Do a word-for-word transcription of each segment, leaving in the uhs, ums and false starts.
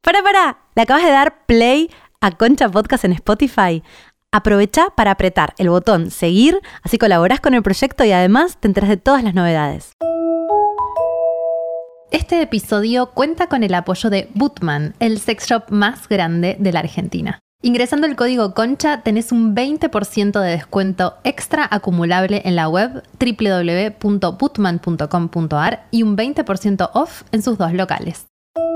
Para, para, ¿le acabas de dar play a Concha Podcast en Spotify? Aprovecha para apretar el botón seguir, así colaborás con el proyecto y además te enterás de todas las novedades. Este episodio cuenta con el apoyo de Bootman, el sex shop más grande de la Argentina. Ingresando el código CONCHA tenés un veinte por ciento de descuento extra acumulable en la web doble u doble u doble u punto bootman punto com punto a r y un veinte por ciento off en sus dos locales.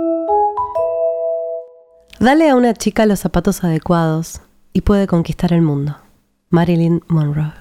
Dale a una chica los zapatos adecuados y puede conquistar el mundo. Marilyn Monroe.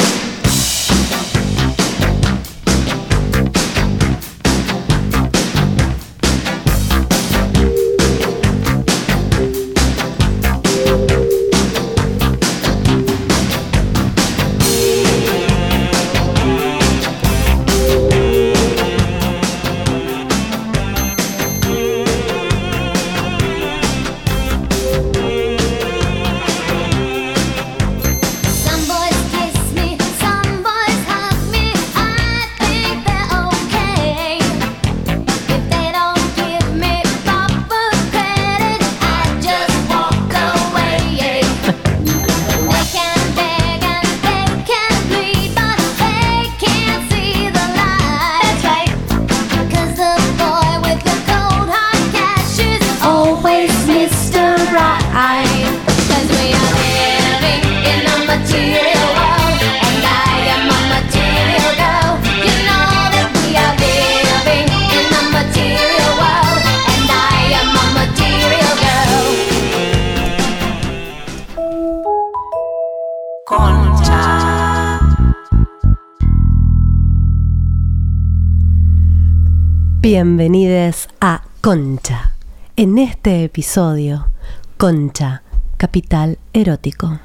Bienvenidos a Concha. En este episodio, Concha, capital erótico.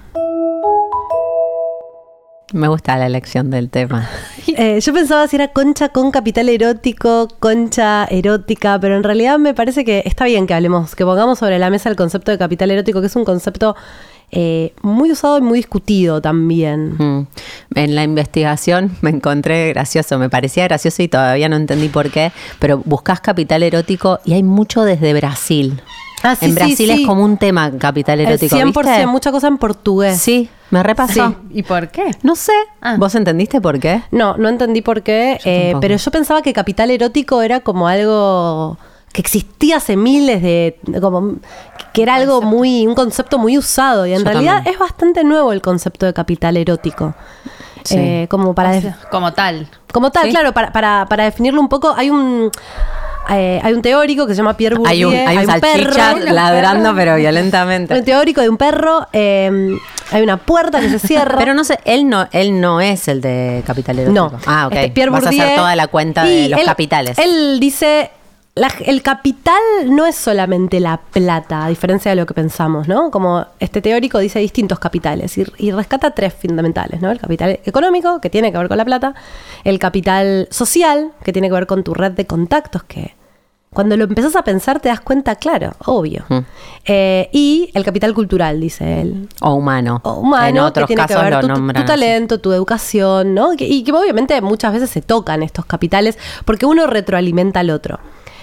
Me gusta la elección del tema. Eh, yo pensaba si era Concha con capital erótico, Concha erótica, pero en realidad me parece que está bien que hablemos, que pongamos sobre la mesa el concepto de capital erótico, que es un concepto eh, muy usado y muy discutido también. Mm. En la investigación me encontré gracioso, me parecía gracioso y todavía no entendí por qué, pero buscás capital erótico y hay mucho desde Brasil. Ah, sí, en Brasil sí, sí. Es como un tema capital erótico, cien por ciento, ¿viste? mucha cosa en portugués. Sí, me repasó. Sí. ¿Y por qué? No sé. Ah. ¿Vos entendiste por qué? No, no entendí por qué, Yo eh, tampoco. pero yo pensaba que capital erótico era como algo que existía hace miles de... como que era algo muy... un concepto muy usado y en Yo realidad también. es bastante nuevo el concepto de capital erótico. Sí. Eh, como para... O def- sea, como tal. como tal, ¿sí? claro, para, para, para definirlo un poco, hay un... Eh, hay un teórico que se llama Pierre Bourdieu. Hay un, hay un salchicha perro, ladrando, pero Hay violentamente. un teórico de un perro. eh, hay una puerta que se cierra. Pero no sé, él no, él no es el de capital erótico. No. Ah, ok. Este, Pierre Vas Bourdieu, a hacer toda la cuenta de y los él- capitales. Él dice, la- el capital no es solamente la plata, a diferencia de lo que pensamos, ¿no? Como este teórico dice distintos capitales y, y rescata tres fundamentales, ¿no? El capital económico, que tiene que ver con la plata, el capital social, que tiene que ver con tu red de contactos, que cuando lo empezás a pensar te das cuenta, claro, obvio. Mm. Eh, y el capital cultural, dice él. O humano. O humano, en otros que tiene casos que ver lo tu, tu- nombran tu así. talento, tu educación, ¿no? Que- y que obviamente muchas veces se tocan estos capitales porque uno retroalimenta al otro.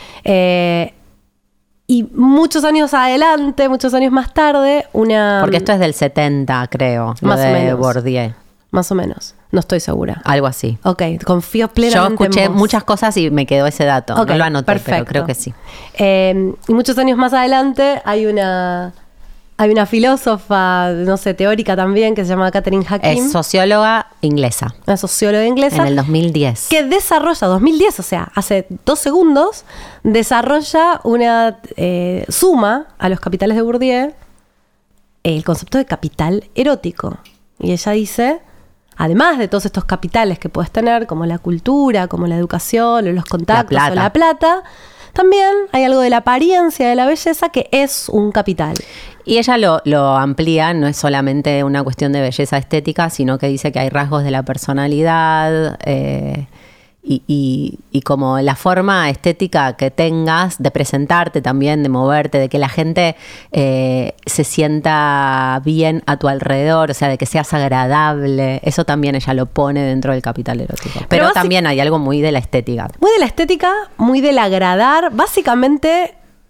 Eh, y muchos años adelante, muchos años más tarde, una... Porque esto es del setenta, creo. Lo Más o de menos. Bourdieu. Más o menos, no estoy segura. Algo así. Ok, confío Yo plenamente escuché en vos. muchas cosas y me quedó ese dato. Ok, no lo anoté, perfecto. pero creo que sí. Eh, y muchos años más adelante hay una... Hay una filósofa, no sé, teórica también, que se llama Catherine Hakim. Es socióloga inglesa. Una socióloga inglesa. En el dos mil diez. Que desarrolla, dos mil diez, o sea, hace dos segundos, desarrolla una eh, suma a los capitales de Bourdieu, el concepto de capital erótico. Y ella dice, además de todos estos capitales que puedes tener, como la cultura, como la educación, o los contactos, La plata. o la plata, también hay algo de la apariencia, de la belleza, que es un capital. Y ella lo, lo amplía, no es solamente una cuestión de belleza estética, sino que dice que hay rasgos de la personalidad eh, y, y, y como la forma estética que tengas de presentarte también, de moverte, de que la gente eh, se sienta bien a tu alrededor, o sea, de que seas agradable. Eso también ella lo pone dentro del capital erótico. Pero, Pero basic- también hay algo muy de la estética. Muy de la estética, muy del agradar, básicamente...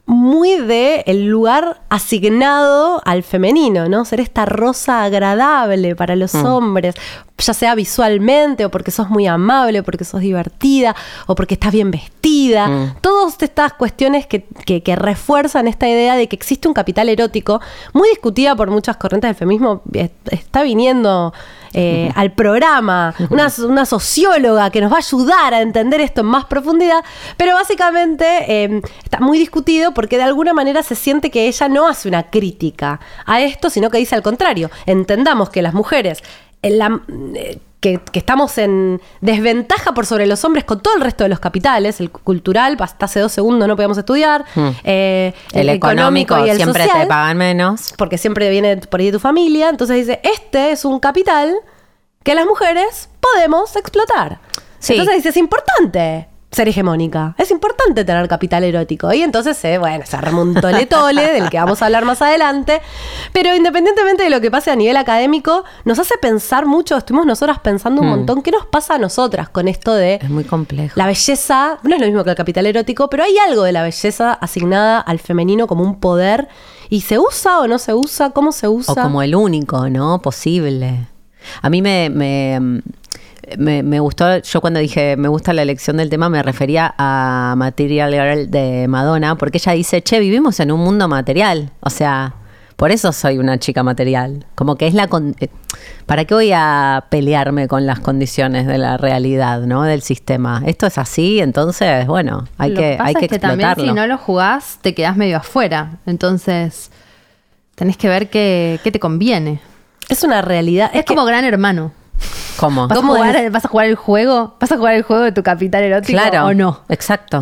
muy de el lugar asignado al femenino, ¿no? Ser esta rosa agradable para los mm. hombres, ya sea visualmente, o porque sos muy amable, o porque sos divertida, o porque estás bien vestida. Mm. Todas estas cuestiones que, que, que refuerzan esta idea de que existe un capital erótico, muy discutida por muchas corrientes del feminismo. Está viniendo eh, uh-huh. al programa una, una socióloga que nos va a ayudar a entender esto en más profundidad, pero básicamente eh, está muy discutido porque de alguna manera se siente que ella no hace una crítica a esto, sino que dice al contrario. Entendamos que las mujeres la, eh, que, que estamos en desventaja por sobre los hombres con todo el resto de los capitales, el cultural, hasta hace dos segundos no podíamos estudiar, hmm. eh, el, el económico, económico y el siempre social, te pagan menos. Porque siempre viene por ahí de tu familia. Entonces dice, este es un capital que las mujeres podemos explotar. Sí. Entonces dice, es importante ser hegemónica, es importante tener capital erótico. Y entonces, eh, bueno, se remontó el tole, del que vamos a hablar más adelante. Pero independientemente de lo que pase a nivel académico, nos hace pensar mucho, estuvimos nosotras pensando un mm. montón, ¿qué nos pasa a nosotras con esto de... Es muy complejo. La belleza, no es lo mismo que el capital erótico, pero hay algo de la belleza asignada al femenino como un poder. ¿Y se usa o no se usa? ¿Cómo se usa? O como el único, ¿no? Posible. A mí me... me Me, me gustó, yo cuando dije me gusta la elección del tema me refería a Material Girl de Madonna, porque ella dice, che, vivimos en un mundo material, o sea, por eso soy una chica material, como que es la... Con- ¿Para qué voy a pelearme con las condiciones de la realidad, ¿no? Del sistema? Esto es así, entonces, bueno, hay lo que, que hay que, es que explotarlo. también si no lo jugás, te quedás medio afuera, entonces tenés que ver qué, qué te conviene. Es una realidad. Es, es como que... Gran Hermano. ¿Cómo? ¿Vas, ¿Cómo a jugar, ¿Vas a jugar el juego? ¿Vas a jugar el juego de tu capital erótico claro, o no? Exacto.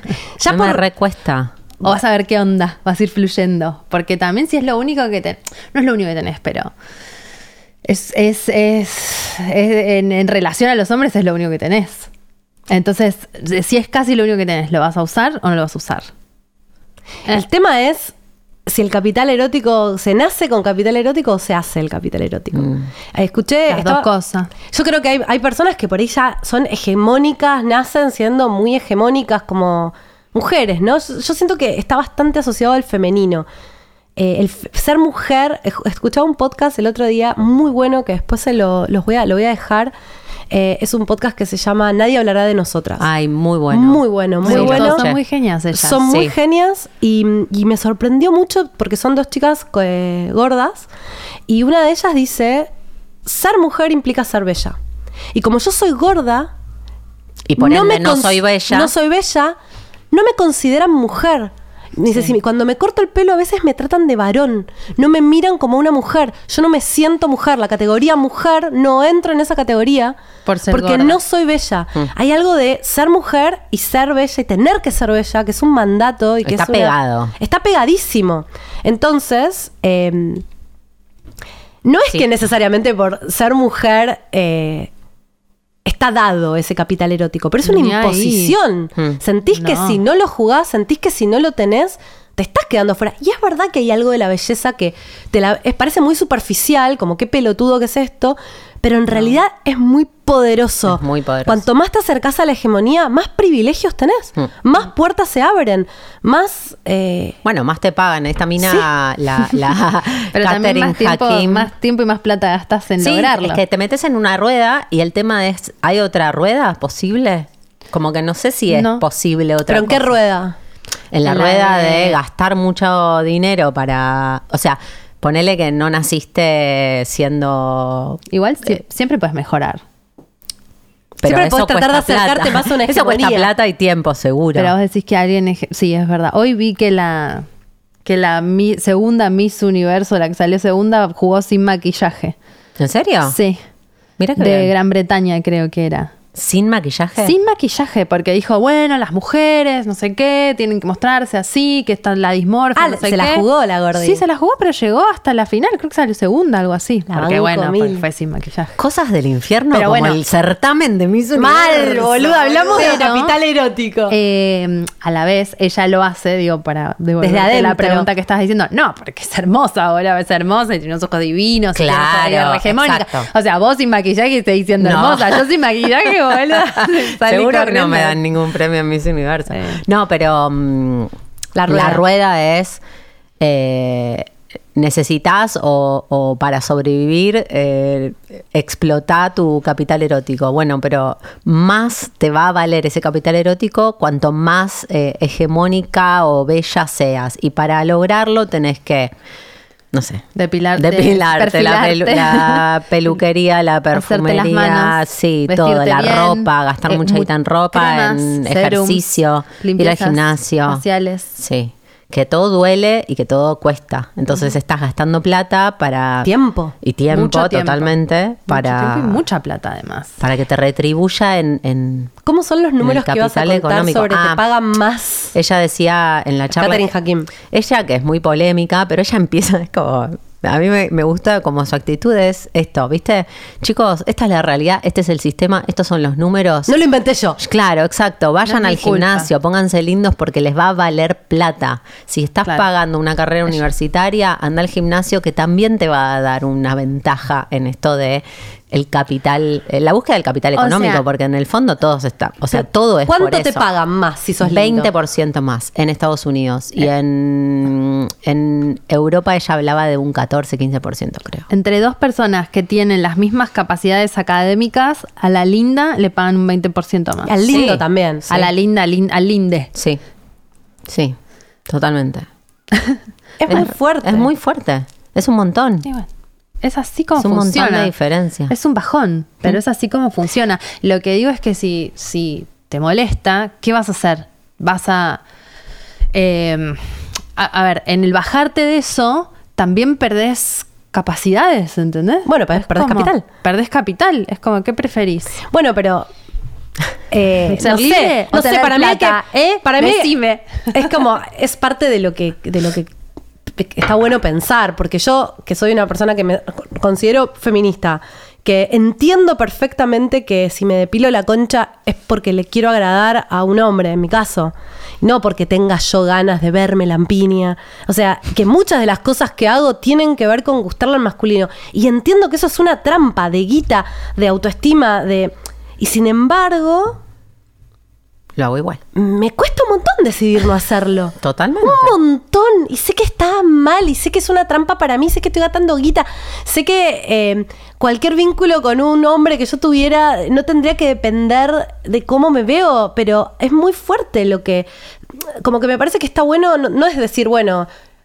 Ya no por... me recuesta. O vas a ver qué onda, vas a ir fluyendo. Porque también si es lo único que tenés, no es lo único que tenés, pero es, es, es, es en, en relación a los hombres es lo único que tenés. Entonces, si es casi lo único que tenés, ¿lo vas a usar o no lo vas a usar? El eh. tema es si el capital erótico se nace con capital erótico o se hace el capital erótico. Mm. Escuché... Las estaba, dos cosas. Yo creo que hay, hay personas que por ahí ya son hegemónicas, nacen siendo muy hegemónicas como mujeres, ¿no? Yo, yo siento que está bastante asociado al femenino. Eh, el f- ser mujer... Escuchaba un podcast el otro día muy bueno que después se lo, los voy a, lo voy a dejar. Eh, es un podcast que se llama Nadie hablará de nosotras. Ay, muy bueno. Muy bueno, muy sí, bueno. Son muy genias ellas. Son muy sí. genias y, y me sorprendió mucho porque son dos chicas eh, gordas y una de ellas dice, ser mujer implica ser bella. Y como yo soy gorda... Y por no, ende me no cons- soy bella. No soy bella, no me consideran mujer. Dice, sí. si, cuando me corto el pelo a veces me tratan de varón, no me miran como una mujer, yo no me siento mujer, la categoría mujer no entro en esa categoría Por ser porque gorda. no soy bella. Mm. Hay algo de ser mujer y ser bella y tener que ser bella, que es un mandato y que está es una, pegado. Está pegadísimo. Entonces, eh, no es sí. que necesariamente por ser mujer... Eh, está dado ese capital erótico, pero es una Ni imposición. Hmm. Sentís no. que si no lo jugás, sentís que si no lo tenés, te estás quedando fuera. Y es verdad que hay algo de la belleza que te la, es, parece muy superficial, como qué pelotudo que es esto, pero en no. realidad es muy poderoso. Es muy poderoso. Cuanto más te acercás a la hegemonía, más privilegios tenés, hmm. más puertas se abren, más... Eh... Bueno, más te pagan. Esta mina, ¿sí? la, la pero también más tiempo, más tiempo y más plata gastas en sí, lograrlo. Es que te metes en una rueda y el tema es, ¿hay otra rueda posible? Como que no sé si es no. posible otra ¿Pero en cosa. qué rueda? En la, la rueda de... de gastar mucho dinero para... O sea... Ponele que no naciste siendo... Igual eh, siempre puedes mejorar. Pero siempre puedes tratar de acercarte plata. más a una hegemonía. Eso cuesta plata y tiempo, seguro. Pero vos decís que alguien... Ege- sí, es verdad. Hoy vi que la que la mi- segunda Miss Universo, la que salió segunda, jugó sin maquillaje. ¿En serio? Sí. Mira que De bien. Gran Bretaña creo que era. ¿Sin maquillaje? Sin maquillaje, porque dijo, bueno, las mujeres, no sé qué, tienen que mostrarse así, que está la dismorfia, ah, no sé se qué. la jugó la gordi. Sí, se la jugó, pero llegó hasta la final, creo que salió segunda, algo así. La porque bueno, mil. pues fue sin maquillaje. Cosas del infierno, pero como bueno, el certamen de Miss Universo. Mal, boludo, hablamos pero, de capital erótico. Eh, a la vez, ella lo hace, digo, para devolverte la pregunta que estás diciendo. No, porque es hermosa, boludo, es hermosa y tiene unos ojos divinos. Claro, y hegemónica. O sea, vos sin maquillaje estás diciendo no. hermosa, yo sin maquillaje, boludo. Seguro que no me dan ningún premio en Miss Universo. Sí. No, pero um, La rueda. La rueda es... Eh, necesitas o, o para sobrevivir eh, explota tu capital erótico. Bueno, pero más te va a valer ese capital erótico cuanto más eh, hegemónica o bella seas. Y para lograrlo tenés que, no sé, Depilarte, depilarte, la, pelu- perfilarte. la peluquería, la Hacerte perfumería, las manos, sí, vestirte todo, la bien, ropa, gastar eh, mucha mu- guita en ropa, cremas, en serums, ejercicio, ir al limpiezas gimnasio. faciales. Sí. Que todo duele y que todo cuesta. Entonces estás gastando plata para... Tiempo. Y tiempo, Mucho tiempo. totalmente. Para, Mucho tiempo y mucha plata, además. para que te retribuya en... en ¿Cómo son los números el que vas a capital contar económico. sobre Ah. te pagan más? ella decía en la charla... Catherine Hakim. Ella, que es muy polémica, pero ella empieza, es como... A mí me, me gusta como su actitud es esto, ¿viste? Chicos, esta es la realidad, este es el sistema, estos son los números. No lo inventé yo. Claro, exacto. Vayan No es al mi culpa. gimnasio, pónganse lindos porque les va a valer plata. Si estás Claro. pagando una carrera universitaria, anda al gimnasio que también te va a dar una ventaja en esto de el capital, eh, la búsqueda del capital O económico, sea, porque en el fondo todos está, o sea, todo es por ¿Cuánto te eso. pagan más si sos lindo? veinte por ciento más en Estados Unidos. Y en, en Europa ella hablaba de un catorce, quince por ciento, creo. Entre dos personas que tienen las mismas capacidades académicas, a la linda le pagan un veinte por ciento más. Al lindo Sí. también. A la linda, lin- al linde. Sí, sí, totalmente. Es muy fuerte. Es muy fuerte. Es un montón. Y bueno, es así como Es un funciona. montón de diferencia. Es un bajón, pero es así como funciona. Lo que digo es que si, si te molesta, ¿qué vas a hacer? Vas a, eh, a... A ver, en el bajarte de eso, también perdés capacidades, ¿entendés? Bueno, perdés- Es perdés como- capital. Perdés capital. Es como, ¿qué preferís? Bueno, pero... eh, ¿Ser no libre sé, o no sé, tener para mí plata? que, ¿Eh? para mí Decime. es como, es parte de lo que, de lo que está bueno pensar, porque yo, que soy una persona que me considero feminista, que entiendo perfectamente que si me depilo la concha es porque le quiero agradar a un hombre, en mi caso, no porque tenga yo ganas de verme lampiña. O sea, que muchas de las cosas que hago tienen que ver con gustarle al masculino. Y entiendo que eso es una trampa de guita, de autoestima, de... Y sin embargo, Lo hago igual. me cuesta un montón decidir no hacerlo. Totalmente. Un montón. Y sé que está mal. Y sé que es una trampa para mí. Sé que estoy gastando guita. Sé que eh, cualquier vínculo con un hombre que yo tuviera no tendría que depender de cómo me veo. Pero es muy fuerte lo que... Como que me parece que está bueno. No, no es decir, bueno...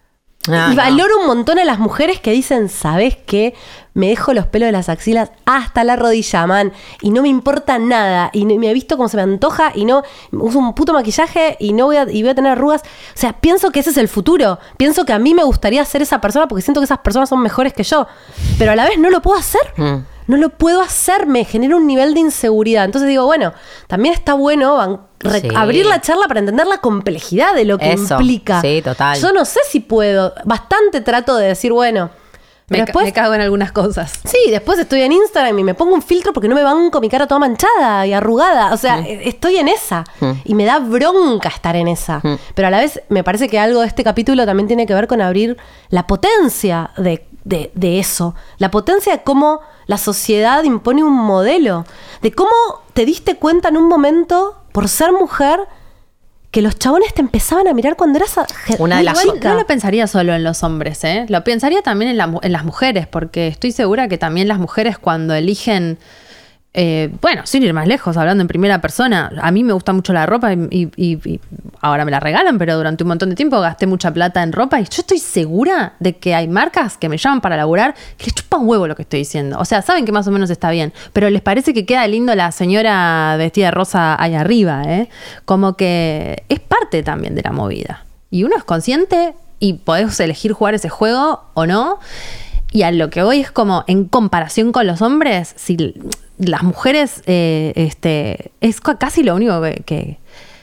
Ah, y no. valoro un montón a las mujeres que dicen, ¿sabes qué? Me dejo los pelos de las axilas hasta la rodilla, man. Y no me importa nada. Y no- me he visto como se me antoja y no uso un puto maquillaje y no voy a, y voy a tener arrugas. O sea, pienso que ese es el futuro. Pienso que a mí me gustaría ser esa persona porque siento que esas personas son mejores que yo. Pero a la vez no lo puedo hacer. Mm. No lo puedo hacer, me genera un nivel de inseguridad. Entonces digo, bueno, también está bueno ban- re- Sí. abrir la charla para entender la complejidad de lo que Eso, implica. sí, total. Yo no sé si puedo. Bastante trato de decir, bueno. Me, Pero ca- después, me cago en algunas cosas. sí, después estoy en Instagram y me pongo un filtro porque no me banco mi cara toda manchada y arrugada. O sea, eh, estoy en esa. Mm. Y me da bronca estar en esa. Mm. Pero a la vez me parece que algo de este capítulo también tiene que ver con abrir la potencia de, de, de eso. La potencia de cómo la sociedad impone un modelo. De cómo te diste cuenta en un momento, por ser mujer, que los chabones te empezaban a mirar cuando eras a- Una de muy las Igual chica. no lo pensaría solo en los hombres, ¿eh? Lo pensaría también en, la mu- en las mujeres, porque estoy segura que también las mujeres cuando eligen, eh, bueno, sin ir más lejos, hablando en primera persona, a mí me gusta mucho la ropa y, y- y- y ahora me la regalan, pero durante un montón de tiempo gasté mucha plata en ropa y yo estoy segura de que hay marcas que me llaman para laburar que les chupa un huevo lo que estoy diciendo. O sea, saben que más o menos está bien, pero les parece que queda lindo la señora vestida de rosa ahí arriba, ¿eh? Como que es parte también de la movida. Y uno es consciente y podés elegir jugar ese juego o no. Y a lo que voy es como, en comparación con los hombres, si l- las mujeres, eh, este, es ca- casi lo único que, que-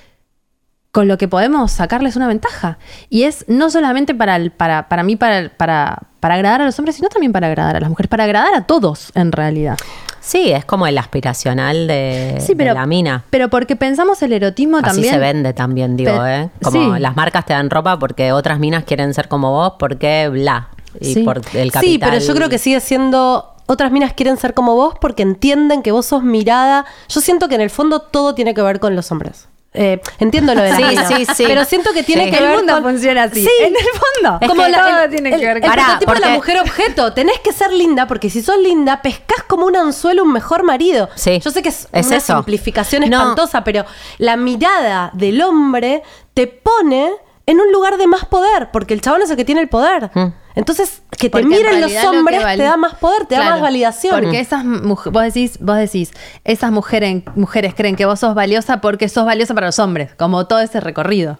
con lo que podemos sacarles una ventaja. Y es no solamente para, el- para, para mí, para, para, para agradar a los hombres, sino también para agradar a las mujeres, para agradar a todos, en realidad. Sí, es como el aspiracional de, Sí, pero, de la mina. pero porque pensamos el erotismo Así también. se vende también, digo, Pe- ¿eh? Como sí. las marcas te dan ropa porque otras minas quieren ser como vos, porque bla. Y Sí. por el capital. Sí, pero yo creo que sigue siendo... Otras minas quieren ser como vos porque entienden que vos sos mirada. Yo siento que en el fondo todo tiene que ver con los hombres. Eh, entiendo lo de la Sí, mina, sí, sí. pero siento que tiene Sí. que El ver mundo con... funciona así. Sí. En el fondo. Es como que la, todo el, tiene el- que ver el con... Pará, prototipo de la porque- mujer objeto. Tenés que ser linda porque si sos linda, pescás como un anzuelo un mejor marido. Sí. Yo sé que es, Es una eso. simplificación No. espantosa, pero la mirada del hombre te pone en un lugar de más poder, porque el chabón es el que tiene el poder. Mm. Entonces, que te Porque en miren los realidad lo que hombres vali- te da más poder, te da Claro, más validación. Porque esas mujeres, vos decís, vos decís, esas mujeres, mujeres creen que vos sos valiosa porque sos valiosa para los hombres, como todo ese recorrido.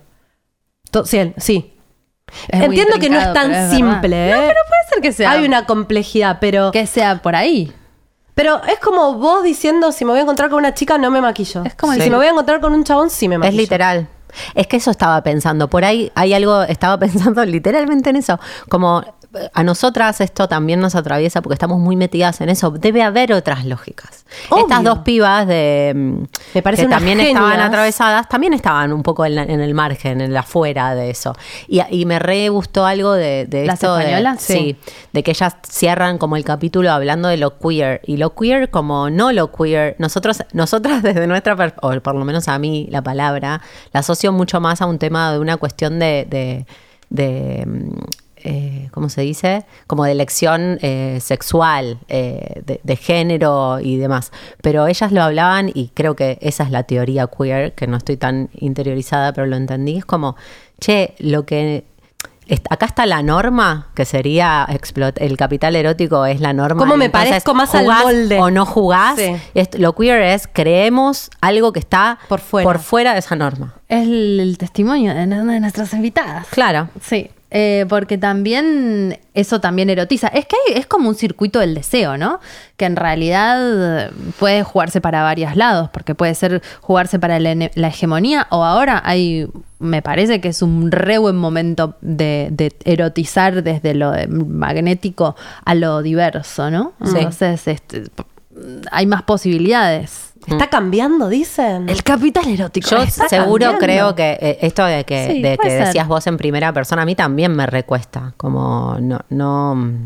To- sí, sí. Es muy Entiendo que no es intrincado, tan pero es simple, verdad. ¿eh? No, pero puede ser que sea. Hay una complejidad, pero... que sea por ahí. Pero es como vos diciendo, si me voy a encontrar con una chica, no me maquillo. Es como Y el- si me voy a encontrar con un chabón, sí me maquillo. Es literal. Es que eso estaba pensando. Por ahí hay algo, estaba pensando literalmente en eso. Como eh, a nosotras esto también nos atraviesa porque estamos muy metidas en eso. Debe haber otras lógicas. Obvio. Estas dos pibas de mm, Me parecen que unas también estaban genias. atravesadas, también estaban un poco en, la- en el margen, en la afuera de eso. Y, y me re gustó algo de, de ¿Las esto. de- españolas? sí. Sí. De que ellas cierran como el capítulo hablando de lo queer. Y lo queer como no lo queer. Nosotros, nosotras desde nuestra, per- o por lo menos a mí, la palabra, la asocio mucho más a un tema de una cuestión de, de, de, mm, eh, ¿cómo se dice? Como de elección eh, sexual, eh, de, de género y demás. Pero ellas lo hablaban y creo que esa es la teoría queer, que no estoy tan interiorizada, pero lo entendí. Es como, che, lo que... est- Acá está la norma, que sería explot- el capital erótico es la norma. ¿Cómo y me entonces parezco más al jugás molde? o no jugás. Sí. Est- lo queer es creemos algo que está Por fuera. por fuera de esa norma. Es el, el testimonio de una de nuestras invitadas. Claro. Sí. Eh, porque también eso también erotiza. Es que hay- es como un circuito del deseo, ¿no? Que en realidad puede jugarse para varios lados, porque puede ser jugarse para la, ene- la hegemonía, o ahora hay, me parece que es un re buen momento de, de erotizar desde lo de- magnético a lo diverso, ¿no? Sí. Entonces este, p- hay más posibilidades. Está cambiando, dicen. El capital erótico. Yo está seguro cambiando. creo que eh, esto de que, Sí, de puede que ser. decías vos en primera persona, a mí también me recuesta. Como no, no mm,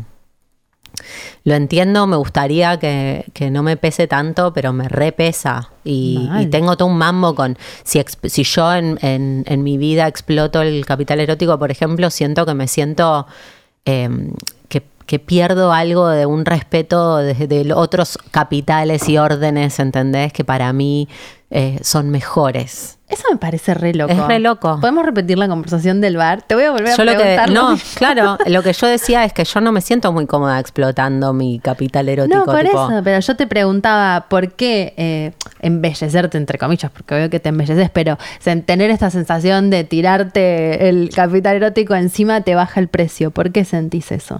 lo entiendo, me gustaría que, que no me pese tanto, pero me repesa. Y, Mal. y tengo todo un mambo con si, exp- si yo en, en, en mi vida exploto el capital erótico, por ejemplo, siento que me siento eh, que, que pierdo algo de un respeto de, de otros capitales y órdenes, ¿entendés? Que para mí eh, son mejores. Eso me parece re loco. Es re loco. ¿Podemos repetir la conversación del bar? Te voy a volver Yo a lo que, preguntar. lo no, mismo. claro, lo que yo decía es que yo no me siento muy cómoda explotando mi capital erótico. No, por tipo, eso, pero yo te preguntaba por qué eh, embellecerte, entre comillas, porque veo que te embelleces, pero sen- tener esta sensación de tirarte el capital erótico encima te baja el precio. ¿Por qué sentís eso?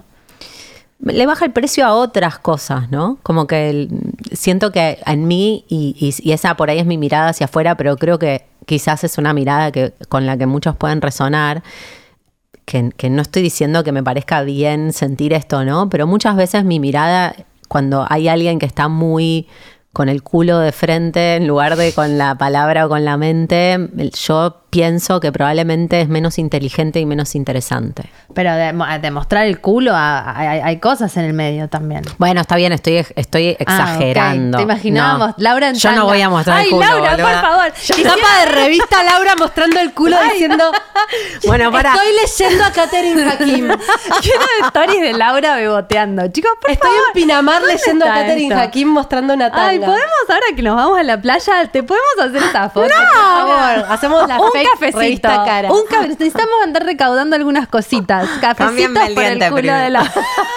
le baja el precio a otras cosas, ¿no? Como que el- siento que en mí, y, y, y esa por ahí es mi mirada hacia afuera, pero creo que quizás es una mirada que, con la que muchos pueden resonar, que, que no estoy diciendo que me parezca bien sentir esto, ¿no? Pero muchas veces mi mirada, cuando hay alguien que está muy con el culo de frente en lugar de con la palabra o con la mente, yo pienso que probablemente es menos inteligente y menos interesante. Pero de, de mostrar el culo, a- a- hay, hay cosas en el medio también. Bueno, está bien, estoy, estoy Ah, exagerando. ok. Te imaginábamos, No. Laura en Yo no tanga. voy a mostrar Ay, el culo, Laura, boluda. por favor. Y tapa de revista Laura mostrando el culo diciendo Bueno, para. estoy leyendo a Katherine Hakim. Quiero stories de Laura beboteando. Chicos, por Estoy favor. en Pinamar ¿Dónde leyendo a está Katherine esto? Hakim mostrando una tanga. Ay, ¿podemos ahora que nos vamos a la playa? ¿Te podemos hacer esta foto? Por favor, hacemos la un fake cafecito. revista Cara. Un cafecito. Necesitamos andar recaudando algunas cositas. Cafecitos Cámbiame el por el diente culo primero. de la...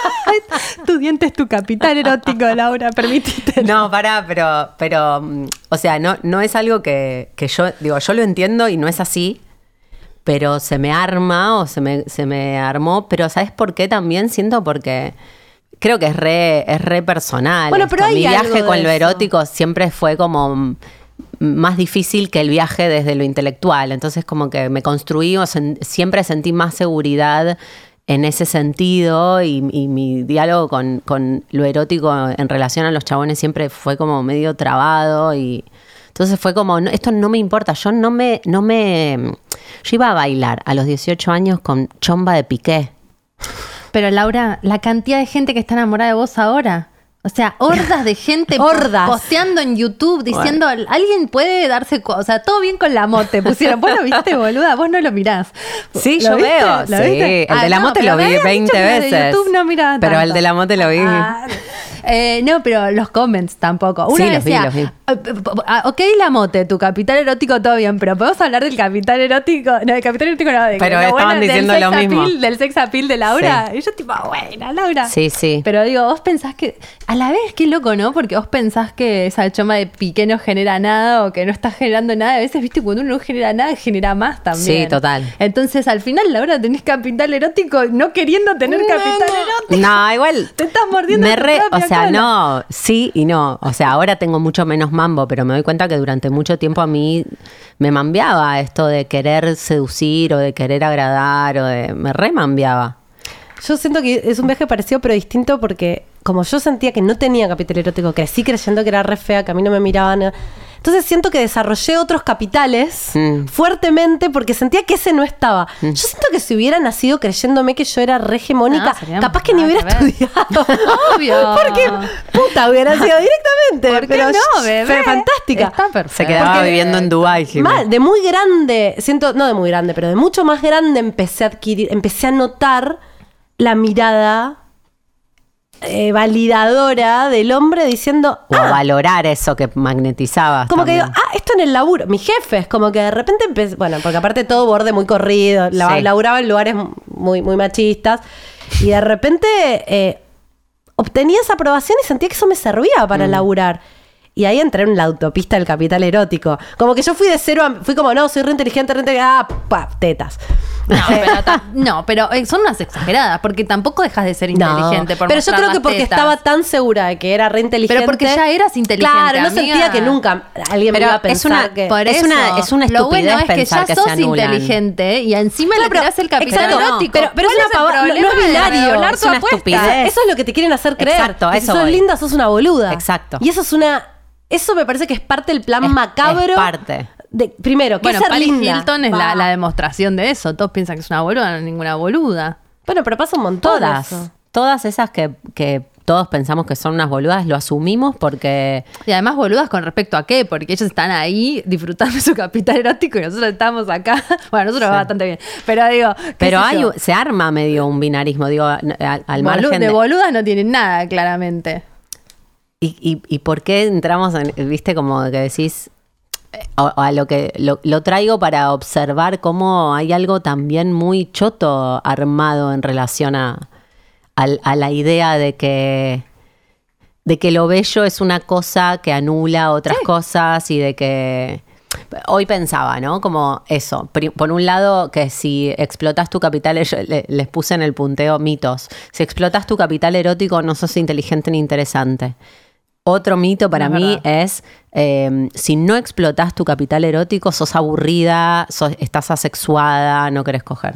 Tu diente es tu capital erótico, Laura, permitite. No, pará, pero, pero, mm, o sea, no, no es algo que, que yo, digo, yo lo entiendo y no es así, pero se me arma o se me, se me armó, pero ¿sabes por qué también? Siento porque creo que es re, es re personal. Bueno, esto. pero hay Mi algo viaje de con lo eso. erótico siempre fue como mm, más difícil que el viaje desde lo intelectual, entonces como que me construí o sen- siempre sentí más seguridad en ese sentido y, y mi diálogo con, con lo erótico en relación a los chabones siempre fue como medio trabado y entonces fue como, no, esto no me importa, yo no me, no me, yo iba a bailar a los dieciocho años con chomba de Piqué. Pero Laura, la cantidad de gente que está enamorada de vos ahora. O sea, hordas de gente Hordas. po- posteando en YouTube diciendo, alguien puede darse... cu- O sea, todo bien con la mote. Pusieron, vos lo viste, boluda, vos no lo mirás. Sí, ¿Lo yo viste? veo. ¿Lo Sí, viste? el de la no, mote pero lo me vi habías veinte dicho que el de veces. YouTube no miraba Pero tanto. el de la mote lo vi. Ah, eh, no, pero los comments tampoco. Una Sí, los vi, decía, los vi. ah, ok, la mote, tu capital erótico, todo bien, pero podemos hablar del capital erótico. No, del capital erótico no, de Pero lo estaban bueno, del diciendo sex lo mismo. appeal, del sex appeal de Laura. Y yo, tipo, buena, Laura. Sí, sí. Pero digo, vos pensás que. A la vez, qué loco, ¿no? Porque vos pensás que esa choma de Piqué no genera nada o que no está generando nada. A veces, viste, cuando uno no genera nada, genera más también. Sí, total. Entonces, al final, Laura, tenés capital erótico no queriendo tener capital erótico. No, igual. Te estás mordiendo me tu re- propia O sea, cola. no, sí y no. O sea, ahora tengo mucho menos mambo, pero me doy cuenta que durante mucho tiempo a mí me mambiaba esto de querer seducir o de querer agradar o de. Me re mambiaba. Yo siento que es un viaje parecido pero distinto porque como yo sentía que no tenía capital erótico, crecí creyendo que era re fea, que a mí no me miraban. Entonces siento que desarrollé otros capitales Mm. fuertemente porque sentía que ese no estaba. Yo siento que si hubiera nacido creyéndome que yo era re hegemónica, No, sería capaz que ni nada hubiera que ver. estudiado. Obvio. Porque, puta, hubiera sido directamente. ¿Por qué pero no, bebé? fue fantástica. Está perfecto. Se quedaba Porque- viviendo en Dubái, Jimé. Mal, de muy grande, siento, no de muy grande, pero de mucho más grande empecé a adquirir, empecé a notar la mirada eh, validadora del hombre diciendo, O a ah, valorar eso que magnetizabas. como que también. digo, ah, esto en el laburo, mis jefes, como que de repente empecé, bueno, porque aparte todo borde muy corrido, la- Sí. laburaba en lugares muy, muy machistas, y de repente eh, obtenía esa aprobación y sentía que eso me servía para laburar. Y ahí entré en la autopista del capital erótico. Como que yo fui de cero a... Fui como, no, soy re inteligente, re inteligente. Ah, pa, tetas. No, pero, ta- no, pero eh, son unas exageradas, porque tampoco dejas de ser inteligente. No, por pero yo mostrar creo que las porque tetas. estaba tan segura de que era re inteligente. Pero porque ya eras inteligente, Claro, no amiga. sentía que nunca alguien Pero me iba a es pensar una- que... Por Es eso, una- es una lo bueno estupidez es que pensar ya que sos se anulan. inteligente y encima Claro, le pero- tirás el capital exacto, erótico. pero, pero es ¿Cuál una pava- el no, no problema es de binario, doblar es tu una apuesta? estupidez. Eso es lo que te quieren hacer creer. Exacto, que eso si sos voy. linda, sos una boluda. Exacto. Y eso es una... Eso me parece que es parte del plan Es- macabro. es parte. De, primero, ¿qué Bueno, es ser Paris linda? Hilton es Va. la, la demostración de eso. Todos piensan que es una boluda, no es ninguna boluda. Bueno, pero pasa un montón Todas. eso. Todas esas que, que todos pensamos que son unas boludas, lo asumimos porque. Y además boludas con respecto a qué, porque ellos están ahí disfrutando de su capital erótico y nosotros estamos acá. Bueno, nosotros Sí. va bastante bien. Pero digo, ¿qué Pero sé hay, yo? se arma medio un binarismo, digo, al, al Bolu- margen de de. boludas no tienen nada, claramente. ¿Y, y, y por qué entramos en, viste, como que decís, eh, o- o a lo que lo, lo traigo para observar cómo hay algo también muy choto armado en relación a, al- a la idea de que, de que lo bello es una cosa que anula otras cosas y de que... Hoy pensaba, ¿no? Como eso. Pri- Por un lado, que si explotas tu capital, yo le- les puse en el punteo mitos. Si explotas tu capital erótico, no sos inteligente ni interesante. Otro mito para No es mí verdad. es, eh, si no explotas tu capital erótico, sos aburrida, sos- estás asexuada, no querés coger.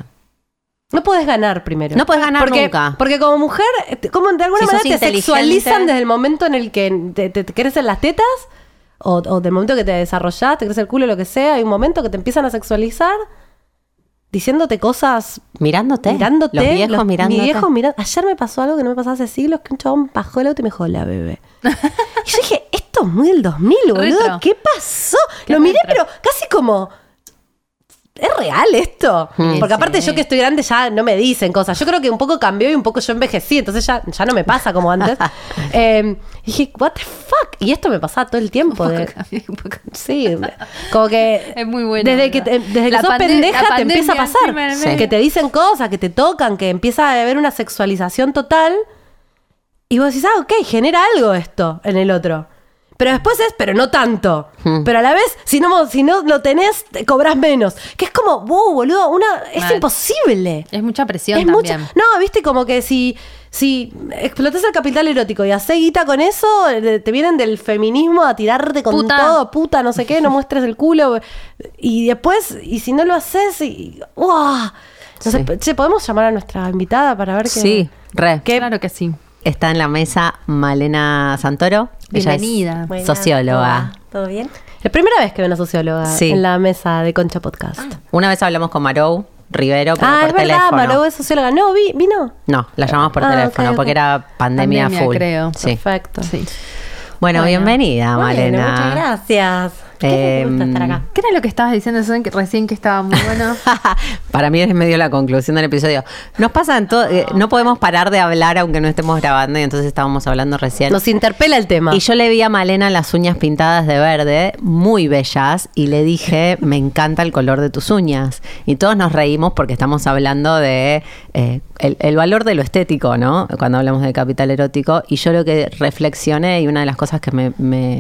No puedes ganar primero. No podés ganar porque, nunca. Porque como mujer, eh, como de alguna Si sos manera te inteligente- sexualizan desde el momento en el que te, te- te crecen las tetas o, o del momento que te desarrollás, te crece el culo, lo que sea. Hay un momento que te empiezan a sexualizar diciéndote cosas, Mirándote. mirándote. Los viejos los- mirándote. Mi viejo mirando. Ayer me pasó algo que no me pasaba hace siglos, que un chabón bajó el auto y me dijo, la bebé. Y yo dije, esto es muy del dos mil, boludo. Retro. ¿Qué pasó? Qué Lo miré, retro. pero casi como... ¿Es real esto? Mm. Porque aparte Sí. yo que estoy grande ya no me dicen cosas. Yo creo que un poco cambió y un poco yo envejecí, entonces ya, ya no me pasa como antes. Eh, y dije, what the fuck? Y esto me pasaba todo el tiempo. de- sí, como que... Es muy bueno. Desde que, te- desde que La sos pande- pendeja la te empieza a pandemia pasar. encima en el Sí. medio. Que te dicen cosas, que te tocan, que empieza a haber una sexualización total. Y vos decís, ah, ok, genera algo esto en el otro. Pero después es, pero no tanto. Hmm. Pero a la vez, si no, si no lo tenés, te cobras menos. Que es como, wow, boludo, una, es Mal. imposible. Es mucha presión Es también. mucho. No, viste, como que si, si explotas el capital erótico y haces guita con eso, eh, te vienen del feminismo a tirarte con Puta. todo, puta, no sé qué, no muestres el culo. Y después, y si no lo haces, y. ¡Wow! No sé, Sí. che, ¿podemos llamar a nuestra invitada para ver qué? Sí, re. qué- Claro que sí. Está en la mesa Malena Santoro. Ella es Bienvenida. Buenas, socióloga. ¿todo va? ¿Todo bien? La primera vez que veo una socióloga Sí. en la mesa de Concha Podcast. Una vez hablamos con Marou Rivero, pero Ah, por es verdad, teléfono. Maru es socióloga. No, vi, vino. No, la llamamos por Ah, teléfono ok, ok. porque era pandemia, Pandemia, full. creo. Sí. Perfecto. Sí. Bueno, Bueno. bienvenida, Bueno, Malena. muchas gracias. Qué Em, gusto estar acá. ¿Qué era lo que estabas diciendo Susan, que recién que estaba muy bueno? Para mí es medio la conclusión del episodio. Nos pasa en todo, eh, no podemos parar de hablar aunque no estemos grabando y entonces estábamos hablando recién. Nos interpela el tema. Y yo le vi a Malena las uñas pintadas de verde, muy bellas, y le dije, me encanta el color de tus uñas. Y todos nos reímos porque estamos hablando de eh, el, el valor de lo estético, ¿no? Cuando hablamos de capital erótico. Y yo lo que reflexioné, y una de las cosas que me... me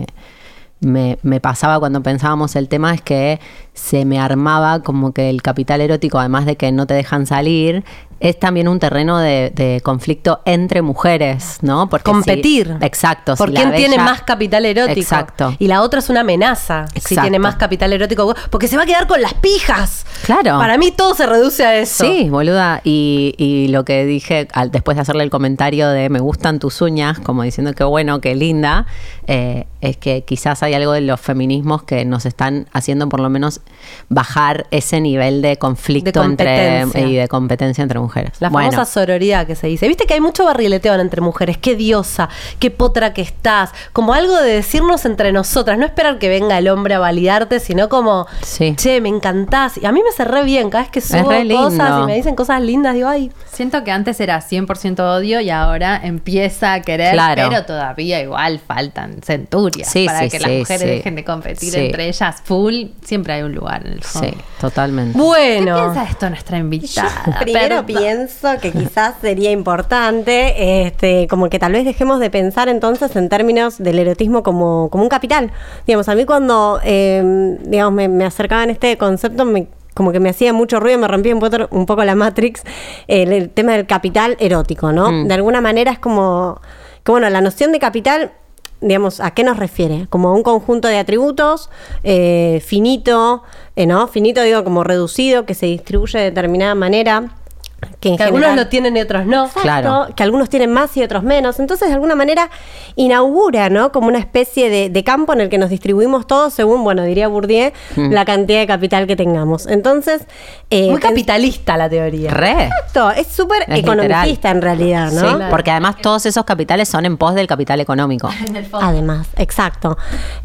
Me, me pasaba cuando pensábamos el tema es que se me armaba como que el capital erótico, además de que no te dejan salir, es también un terreno de, de conflicto entre mujeres, ¿no? Porque competir. si- exacto. ¿Por si quién la tiene bella- más capital erótico? Exacto. Y la otra es una amenaza. Si Exacto. tiene más capital erótico. Porque se va a quedar con las pijas. Claro. Para mí todo se reduce a eso. Sí, boluda. Y, y lo que dije al, después de hacerle el comentario de me gustan tus uñas, como diciendo que bueno, que linda, eh, es que quizás hay algo de los feminismos que nos están haciendo por lo menos bajar ese nivel de conflicto De entre competencia. y de competencia entre mujeres. La Bueno, famosa sororidad que se dice. Viste que hay mucho barrileteo entre mujeres. Qué diosa, qué potra que estás. Como algo de decirnos entre nosotras. No esperar que venga el hombre a validarte, sino como, Sí. che, me encantás. Y a mí me hace re bien. Cada vez que subo re lindo. cosas y me dicen cosas lindas, digo, ay, Siento que antes era cien por ciento odio y ahora empieza a querer, Claro. pero todavía igual faltan centurias Sí, para sí, que sí, las mujeres sí. dejen de competir Sí. entre ellas full. Siempre hay un lugar en el fondo. sí, totalmente. bueno. ¿Qué piensa esto nuestra invitada? Primero Perdón. pienso que quizás sería importante, este, como que tal vez dejemos de pensar entonces en términos del erotismo como, como un capital. Digamos, a mí cuando eh, digamos, me, me acercaba en este concepto, me, como que me hacía mucho ruido, me rompía un poco, un poco la Matrix, el, el tema del capital erótico, ¿no? Mm. De alguna manera es como que, bueno, la noción de capital, digamos, ¿a qué nos refiere? Como a un conjunto de atributos eh, finito, eh, ¿no? Finito digo como reducido, que se distribuye de determinada manera. Que, en Que algunos general- lo tienen y otros no. Exacto, Claro. que algunos tienen más y otros menos. Entonces, de alguna manera, inaugura, ¿no? Como una especie de, de campo en el que nos distribuimos todos según, bueno, diría Bourdieu, Mm. la cantidad de capital que tengamos. Entonces, eh, Muy pens- capitalista la teoría. Re. Exacto, es súper Es economicista en realidad, ¿no? Sí, Claro. porque además todos esos capitales son en pos del capital económico. En el fondo. Además, exacto.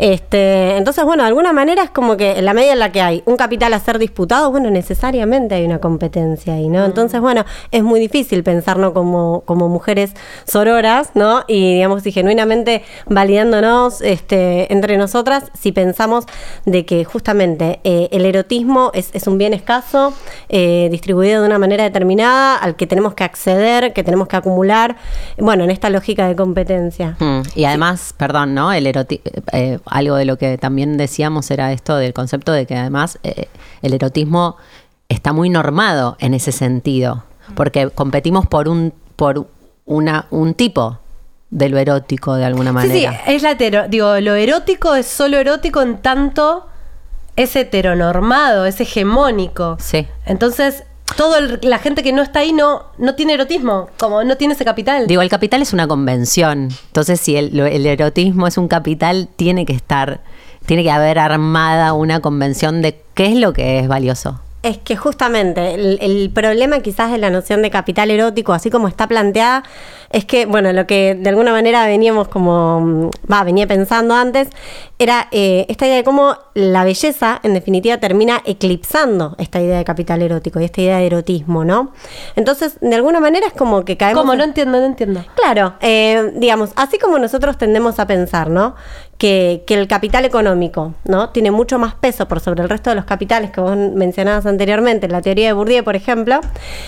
Este, entonces, bueno, de alguna manera es como que en la medida en la que hay un capital a ser disputado, bueno, necesariamente hay una competencia ahí, ¿no? Entonces, bueno, es muy difícil pensarnos como, como mujeres sororas, ¿no? Y digamos, y genuinamente validándonos este, entre nosotras, si pensamos de que justamente eh, el erotismo es, es un bien escaso, eh, distribuido de una manera determinada, al que tenemos que acceder, que tenemos que acumular, bueno, en esta lógica de competencia. Mm, Y además, perdón, ¿no? El eroti- eh, algo de lo que también decíamos era esto del concepto de que además eh, el erotismo está muy normado en ese sentido, porque competimos por un por una un tipo de lo erótico de alguna Sí, sí, manera. es la hetero. Digo, lo erótico es solo erótico en tanto es heteronormado, es hegemónico. Sí. Entonces, toda la gente que no está ahí no, no tiene erotismo, como no tiene ese capital. Digo, el capital es una convención. Entonces, si el, lo- el erotismo es un capital, tiene que estar, tiene que haber armada una convención de qué es lo que es valioso. Es que justamente el, el problema quizás de la noción de capital erótico, así como está planteada, es que, bueno, lo que de alguna manera veníamos como, va, venía pensando antes, era eh, esta idea de cómo la belleza, en definitiva, termina eclipsando esta idea de capital erótico y esta idea de erotismo, ¿no? Entonces, de alguna manera es como que caemos... ¿Cómo? en- No entiendo, no entiendo. Claro, eh, digamos, así como nosotros tendemos a pensar, ¿no? Que, que el capital económico, ¿no? Tiene mucho más peso por sobre el resto de los capitales que vos mencionabas anteriormente, en la teoría de Bourdieu, por ejemplo.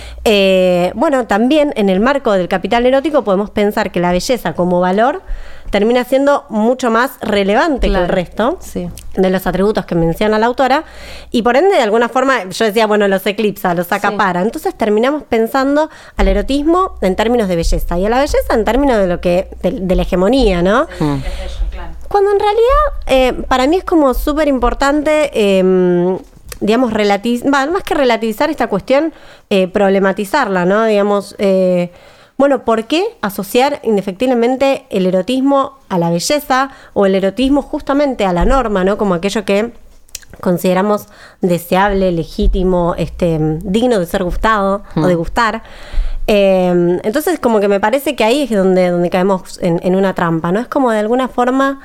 Eh, bueno, también en el marco del capital erótico podemos pensar que la belleza como valor termina siendo mucho más relevante Claro, que el resto sí. de los atributos que menciona la autora, y por ende, de alguna forma, yo decía, bueno, los eclipsa, los acapara. Entonces terminamos pensando al erotismo en términos de belleza y a la belleza en términos de lo que, de, de la hegemonía, ¿no? Mm. Cuando en realidad, eh, para mí es como súper importante, eh, digamos, relativizar, más que relativizar esta cuestión, eh, problematizarla, ¿no? Digamos, eh, bueno, ¿por qué asociar indefectiblemente el erotismo a la belleza o el erotismo justamente a la norma, ¿no? Como aquello que consideramos deseable, legítimo, este, digno de ser gustado mm. o de gustar. Eh, entonces como que me parece que ahí es donde, donde caemos en, en una trampa, ¿no? Es como de alguna forma...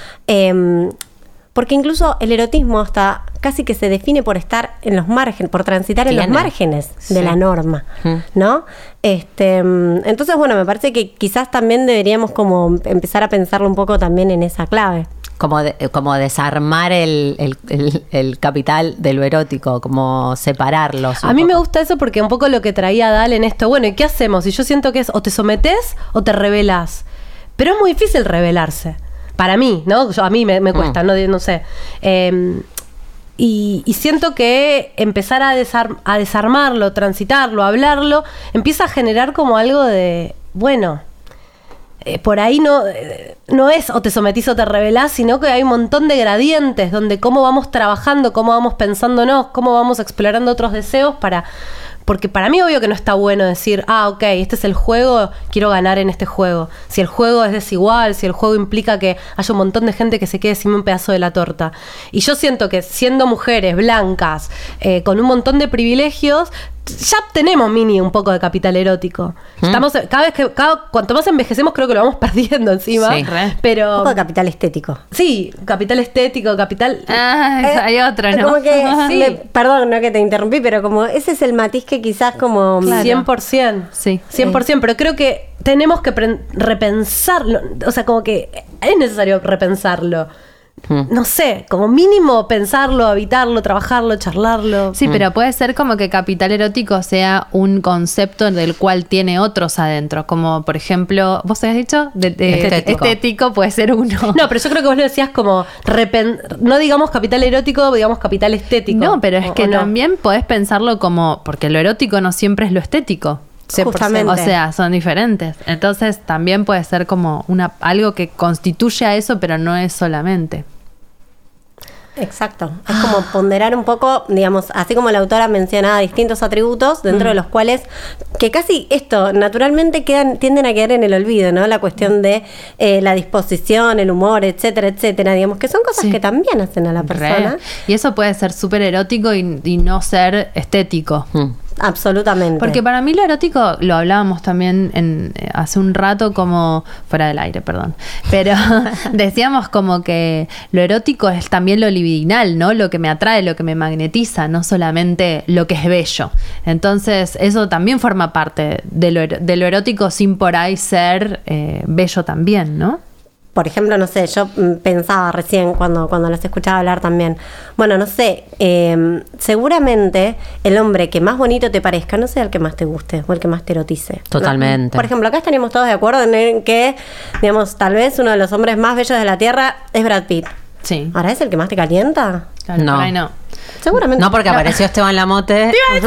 Eh, porque incluso el erotismo hasta casi que se define por estar en los márgenes, por transitar en los márgenes sí. de la norma, mm. ¿no? Este, entonces, bueno, me parece que quizás también deberíamos como empezar a pensarlo un poco también en esa clave. Como, de, como desarmar el, el, el, el capital de lo erótico, como separarlos. A mí me gusta eso porque un poco lo que traía Dal en esto, bueno, ¿y qué hacemos? Y yo siento que es o te sometés o te rebelás. Pero es muy difícil rebelarse. Para mí, ¿no? Yo, a mí me, me cuesta, mm. no, no sé. Eh, y, y siento que empezar a, desar, a desarmarlo, transitarlo, hablarlo, empieza a generar como algo de, bueno, eh, por ahí no, eh, no es o te sometís o te rebelás, sino que hay un montón de gradientes donde cómo vamos trabajando, cómo vamos pensándonos, cómo vamos explorando otros deseos para... Porque para mí obvio que no está bueno decir, ah, ok, este es el juego, quiero ganar en este juego. Si el juego es desigual, si el juego implica que haya un montón de gente que se quede sin un pedazo de la torta. Y yo siento que siendo mujeres blancas, eh, con un montón de privilegios, ya tenemos mini un poco de capital erótico. ¿Mm? Estamos, cada vez que, cada, cuanto más envejecemos creo que lo vamos perdiendo encima. Sí, re. Pero, un poco de capital estético. Sí, capital estético, capital... Ah, eh, hay otro, ¿no? Como que, sí. me, perdón, no que te interrumpí, pero como ese es el matiz que quizás como... Claro. cien por ciento. Sí. cien por ciento, pero creo que tenemos que pre- repensarlo. O sea, como que es necesario repensarlo. No sé, como mínimo pensarlo, habitarlo, trabajarlo, charlarlo. Sí, Mm. pero puede ser como que capital erótico sea un concepto del cual tiene otros adentro. Como, por ejemplo, ¿vos habías dicho? De, de- Estético. estético puede ser uno. No, pero yo creo que vos lo decías como repen- no digamos capital erótico, digamos capital estético. No, pero es O- que o no. también podés pensarlo como... Porque lo erótico no siempre es lo estético. cien por ciento. Justamente. O sea, son diferentes. Entonces también puede ser como una algo que constituye a eso, pero no es solamente. Exacto. Es como ponderar un poco, digamos, así como la autora mencionaba distintos atributos, dentro mm. de los cuales, que casi esto, naturalmente quedan, tienden a quedar en el olvido, ¿no? La cuestión de eh, la disposición, el humor, etcétera, etcétera. Digamos, que son cosas Sí. que también hacen a la persona. Re. Y eso puede ser súper erótico y, y no ser estético. Mm. Absolutamente. Porque para mí lo erótico, lo hablábamos también en, eh, hace un rato como, fuera del aire, perdón, pero decíamos como que lo erótico es también lo libidinal, ¿no? Lo que me atrae, lo que me magnetiza, no solamente lo que es bello. Entonces eso también forma parte de lo, er- de lo erótico sin por ahí ser eh, bello también, ¿no? Por ejemplo, no sé, yo mm, pensaba recién cuando, cuando los escuchaba hablar también. Bueno, no sé, eh, seguramente el hombre que más bonito te parezca no sea el que más te guste o el que más te erotice. Totalmente. ¿No? Por ejemplo, acá estaríamos todos de acuerdo en que, digamos, tal vez uno de los hombres más bellos de la Tierra es Brad Pitt. Sí. ¿Ahora es el que más te calienta? Claro, No. por ahí no. Seguramente. No, porque apareció Esteban Lamote.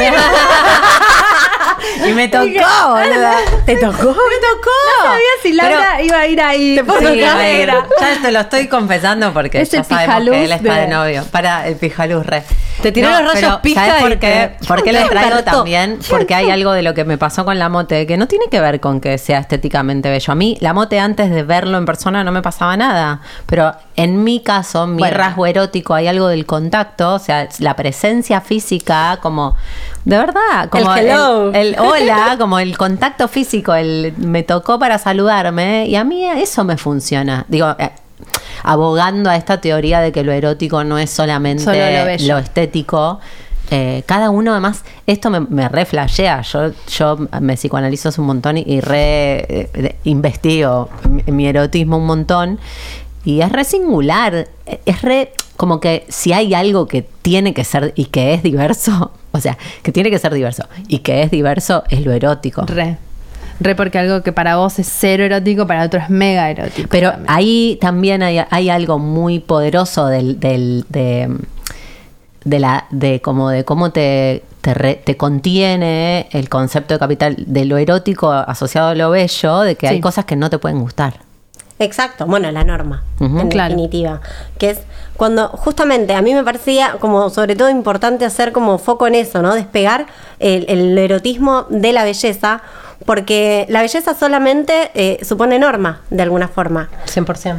Y me tocó, boluda. ¿Te tocó? Me tocó. No sabía si Laura Pero- iba a ir ahí. Te puedo Sí, tocar, a ver. ya te lo estoy confesando porque Es ya el sabemos pijaluz que él está de, de- novio. Para el pijaluz re. Te tiró los rayos pero pija ¿sabes y por qué? te- ¿Por qué les traigo despertó. también? Porque hay algo de lo que me pasó con Lamote que no tiene que ver con que sea estéticamente bello. A mí, Lamote, antes de verlo en persona no me pasaba nada. Pero en mi caso, mi Bueno. rasgo erótico, hay algo del contacto, o sea, la presencia física, como de verdad, como El hello. el, el hola, como el contacto físico, el me tocó para saludarme, y a mí eso me funciona. Digo, eh, abogando a esta teoría de que lo erótico no es solamente Solo lo bello. lo estético. Eh, cada uno, además, esto me, me re flashea. Yo, yo me psicoanalizo hace un montón y, y re eh, investigo mi, mi erotismo un montón. Y es re singular. Es re como que si hay algo que tiene que ser y que es diverso, o sea, que tiene que ser diverso y que es diverso, es lo erótico. Re. Re porque algo que para vos es cero erótico, para otro es mega erótico. Pero también. ahí también hay, hay algo muy poderoso del, del, de, de la, de como de cómo te, te, re- te contiene el concepto de capital de lo erótico asociado a lo bello, de que Sí. hay cosas que no te pueden gustar. Exacto, bueno, la norma, Ujú. en Claro. definitiva. Que es cuando, justamente, a mí me parecía como sobre todo importante hacer como foco en eso, ¿no? Despegar el, el erotismo de la belleza, porque la belleza solamente eh, supone norma, de alguna forma. cien por ciento.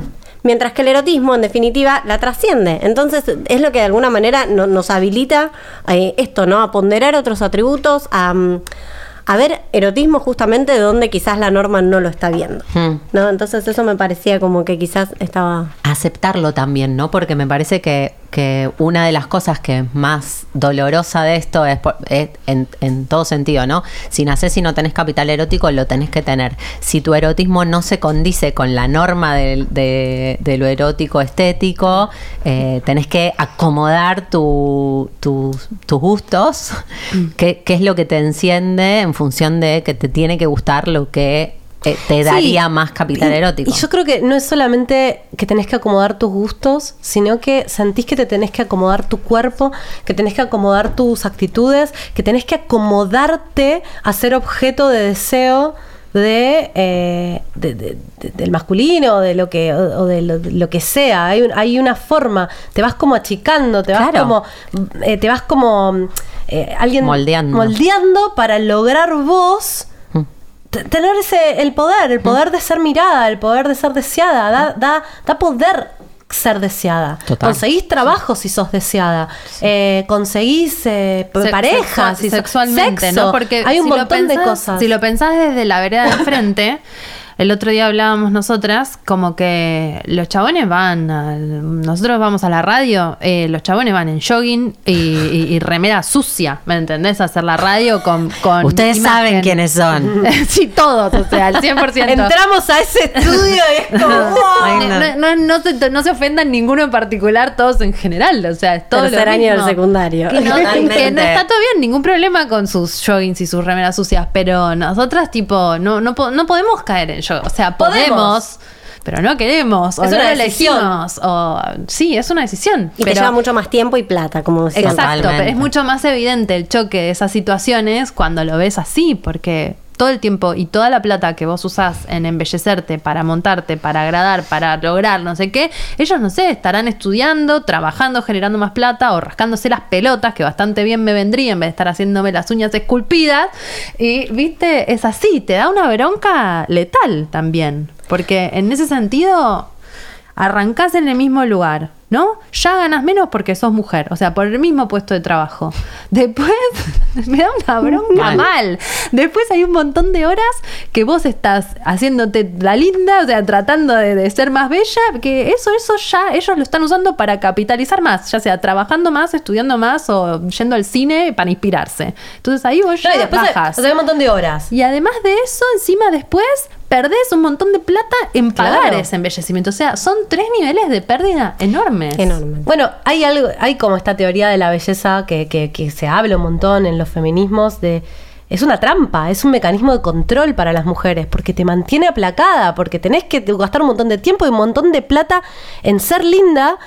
mientras que el erotismo, en definitiva, la trasciende. Entonces, es lo que de alguna manera no, nos habilita eh, esto, ¿no? A ponderar otros atributos, a... Um, a ver erotismo justamente donde quizás la norma no lo está viendo, Hmm. ¿no? Entonces eso me parecía como que quizás estaba... Aceptarlo también, ¿no? Porque me parece que, que una de las cosas que es más dolorosa de esto es, por- es en, en todo sentido, ¿no? Si nacés y no tenés capital erótico, lo tenés que tener. Si tu erotismo no se condice con la norma de, de- de lo erótico estético, eh, tenés que acomodar tu- tus- tus gustos, que, que es lo que te enciende en función de que te tiene que gustar lo que eh, te daría Sí. más capital Y- erótico. Y yo creo que no es solamente que tenés que acomodar tus gustos, sino que sentís que te tenés que acomodar tu cuerpo, que tenés que acomodar tus actitudes, que tenés que acomodarte a ser objeto de deseo de, eh, de- de- de- del masculino, de lo que o, o de, lo, de lo que sea. Hay, un- hay una forma, te vas como achicando, te vas Claro. como eh, te vas como eh, alguien Moldeando. moldeando para lograr vos Mm. T- tener ese el poder, el poder de ser mirada, el poder de ser deseada, da, da, da poder ser deseada. Total. Conseguís trabajo si sos deseada, eh, conseguís eh, Se- pareja, sexua- si sos- sexualmente, sexo. ¿no? Porque hay un si lo montón de pensás- cosas. Si lo pensás desde la vereda de enfrente, el otro día hablábamos nosotras como que los chabones van, al- nosotros vamos a la radio, eh, los chabones van en jogging y, y- y remera sucia, ¿me entendés? A hacer la radio con, con Ustedes imagen. saben quiénes son. Sí, todos, o sea, el cien por ciento. Entramos a ese estudio y es como ¡wow! Ay, No, no, no se, no se ofendan ninguno en particular, todos en general, o sea, es todo lo Tercer año del mismo. secundario. Que no, Totalmente. que no está todo bien, ningún problema con sus joggings y sus remeras sucias, pero nosotras tipo no, no, po- no podemos caer en yo, o sea, podemos, Podemos. pero no queremos, o Es no una lo decisión. elegimos, o sí, es una decisión. Y pero, te lleva mucho más tiempo y plata, como decía. Exacto, Totalmente. pero es mucho más evidente el choque de esas situaciones cuando lo ves así, porque todo el tiempo y toda la plata que vos usás en embellecerte, para montarte, para agradar, para lograr no sé qué, ellos no sé, estarán estudiando, trabajando, generando más plata o rascándose las pelotas, que bastante bien me vendría en vez de estar haciéndome las uñas esculpidas. Y, viste, es así, te da una bronca letal también, porque en ese sentido arrancás en el mismo lugar, ¿no? Ya ganas menos porque sos mujer, o sea, por el mismo puesto de trabajo. Después, me da una bronca Mal. mal. Después hay un montón de horas que vos estás haciéndote la linda, o sea, tratando de, de ser más bella, que eso, eso ya ellos lo están usando para capitalizar más, ya sea trabajando más, estudiando más o yendo al cine para inspirarse. Entonces ahí vos ya No, y después hay, bajas. o sea, hay un montón de horas. Y además de eso, encima después perdés un montón de plata en pagar Claro. ese embellecimiento. O sea, son tres niveles de pérdida enormes. Enorme. Bueno, hay algo, hay como esta teoría de la belleza que, que, que se habla un montón en los feminismos de es una trampa, es un mecanismo de control para las mujeres, porque te mantiene aplacada, porque tenés que gastar un montón de tiempo y un montón de plata en ser linda,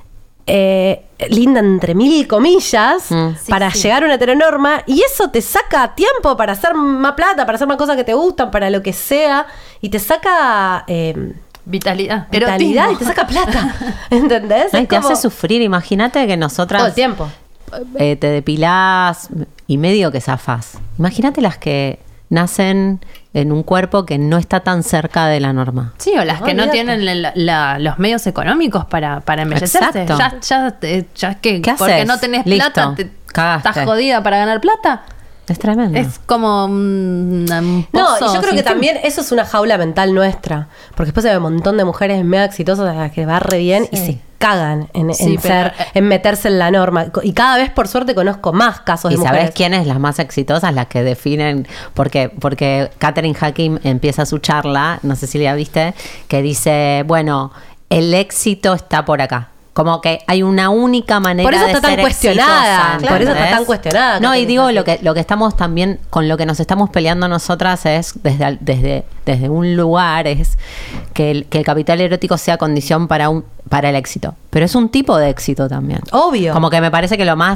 eh, linda entre mil comillas, Mm. Sí, para sí. llegar a una heteronorma, y eso te saca tiempo para hacer más plata, para hacer más cosas que te gustan, para lo que sea, y te saca eh, Vitalidad. vitalidad Erotismo. y te saca plata. ¿Entendés? Ay, Es te como- hace sufrir. Imagínate que nosotras todo el tiempo. eh, te depilás y medio que zafás. Imagínate las que nacen en un cuerpo que no está tan cerca de la norma. Sí, o las que no Olvídate. tienen la- la- los medios económicos para, para embellecerse. Exacto. Ya, ya, eh, ya que ¿Qué porque haces? no tenés Listo, plata, te- cagaste. estás jodida para ganar plata. Es tremendo. Es como un, un No, pozo y yo creo sin que fin. también eso es una jaula mental nuestra. Porque después hay un montón de mujeres mega exitosas a las que va re bien y se cagan en, Sí, en pero, ser, eh, en meterse en la norma. Y cada vez, por suerte, conozco más casos ¿Y de sabes mujeres. quiénes las más exitosas? Las que definen, porque, porque Katherine Hakim empieza su charla, no sé si la viste, que dice, bueno, el éxito está por acá. Como que hay una única manera Por eso de está tan ser cuestionada, exitosa, por eso está ¿entendés? tan cuestionada No, y Katherine digo, Hakim. lo que, lo que estamos también, con lo que nos estamos peleando nosotras es, desde, al- desde, desde un lugar, es que el, que el capital erótico sea condición para un para el éxito. Pero es un tipo de éxito también. Obvio. Como que me parece que lo más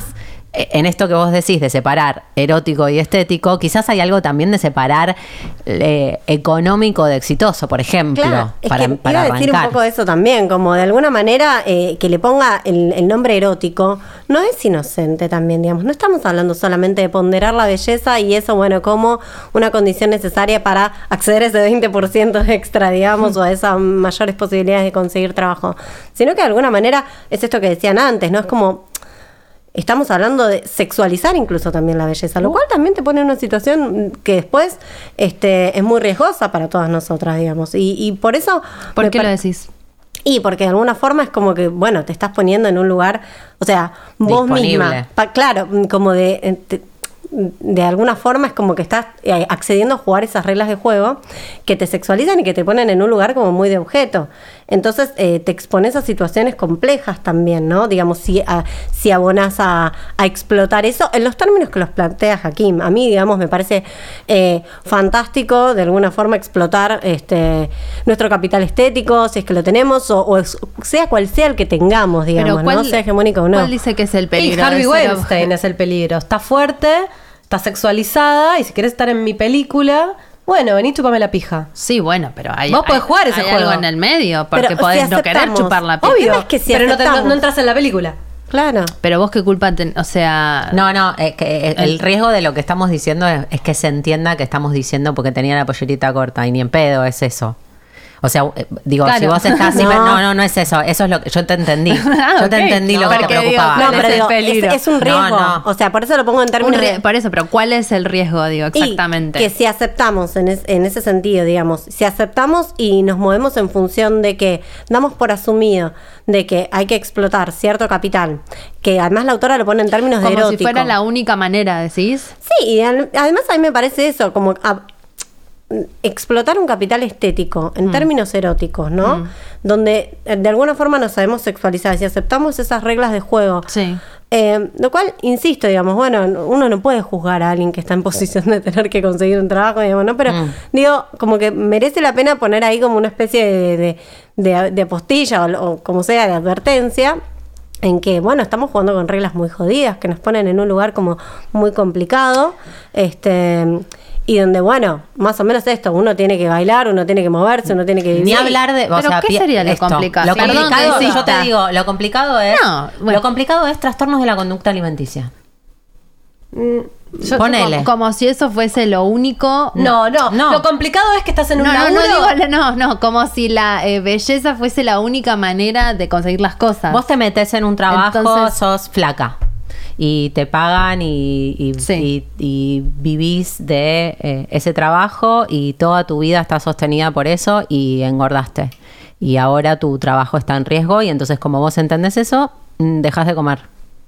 en esto que vos decís de separar erótico y estético, quizás hay algo también de separar eh, económico de exitoso, por ejemplo, Claro, es para, que para iba a decir un arrancar. poco de eso también, como de alguna manera eh, que le ponga el, el nombre erótico, no es inocente también, digamos, no estamos hablando solamente de ponderar la belleza y eso, bueno, como una condición necesaria para acceder a ese veinte por ciento extra, digamos, o a esas mayores posibilidades de conseguir trabajo, sino que de alguna manera es esto que decían antes, ¿no? Es como... Estamos hablando de sexualizar incluso también la belleza, lo cual también te pone en una situación que después este, es muy riesgosa para todas nosotras, digamos. Y, y por eso... ¿Por me qué par- lo decís? Y porque de alguna forma es como que, bueno, te estás poniendo en un lugar, o sea, vos Disponible. misma, pa- claro, como de... eh, te- de alguna forma es como que estás eh, accediendo a jugar esas reglas de juego que te sexualizan y que te ponen en un lugar como muy de objeto. Entonces eh, te expones a situaciones complejas también, ¿no? Digamos, si, a- si abonás a, a explotar eso, en los términos que los plantea Hakim. A mí, digamos, me parece eh, fantástico de alguna forma explotar este nuestro capital estético, si es que lo tenemos, o, o es- sea cual sea el que tengamos, digamos, ¿no? Sea hegemónico o no. ¿Cuál dice que es el Y peligro? Harvey de ser Weinstein es el peligro. Está fuerte, está sexualizada y si querés estar en mi película, bueno, vení, chupame la pija. Sí, bueno, pero hay, Vos podés hay- jugar ese hay juego. algo en el medio, porque Pero podés si no querer aceptamos. chupar la piel. Obvio. es que si pero no, te- no- aceptamos. no entras en la película. Claro. Pero vos qué culpa, ten- o sea... No, no, es que el riesgo de lo que estamos diciendo es, es que se entienda que estamos diciendo porque tenía la pollerita corta y ni en pedo es eso. O sea, eh, digo, Claro. si vos estás... No. No. no, no, no es eso. Eso es lo que yo te entendí. Ah, Yo te ok. entendí lo que te Porque digo, preocupaba. ¿cuál No, es pero el digo, peligro? es, es un No, riesgo. no. O sea, por eso lo pongo en Un términos rie- de... por eso, pero ¿cuál es el riesgo? Digo, Y exactamente. que si aceptamos en, es- en ese sentido, digamos, si aceptamos y nos movemos en función de que damos por asumido de que hay que explotar cierto capital, que además la autora lo pone en términos de Como erótico. si fuera la única manera, ¿decís? Sí, y al- además a mí me parece eso, como a- explotar un capital estético en términos eróticos, ¿no? Donde eh, de alguna forma nos sabemos sexualizar, si aceptamos esas reglas de juego. Sí. Eh, lo cual, insisto, digamos, bueno, uno no puede juzgar a alguien que está en posición de tener que conseguir un trabajo, digamos, ¿no? Pero Mm. digo, como que merece la pena poner ahí como una especie de, de, de- de postilla o, o como sea, de advertencia, en que, bueno, estamos jugando con reglas muy jodidas, que nos ponen en un lugar como muy complicado, este... Y donde, bueno, más o menos esto, uno tiene que bailar, uno tiene que moverse, uno tiene que vivir. Ni hablar de. O Pero sea, ¿qué pi- sería lo esto. complicado? Lo Perdón, complicado, que yo insista. te digo, lo complicado es. No, bueno. Lo complicado es trastornos de la conducta alimenticia. Yo- Ponele. Como, como si eso fuese lo único. No, no, No. Lo complicado es que estás en No, un no, laburo. no, digo, no, no, como si la eh, belleza fuese la única manera de conseguir las cosas. Vos te metes en un trabajo, Entonces- sos flaca. Y te pagan y, y, Sí. y- y vivís de eh, ese trabajo y toda tu vida está sostenida por eso y engordaste. Y ahora tu trabajo está en riesgo y entonces como vos entendés eso, mm, dejas de comer.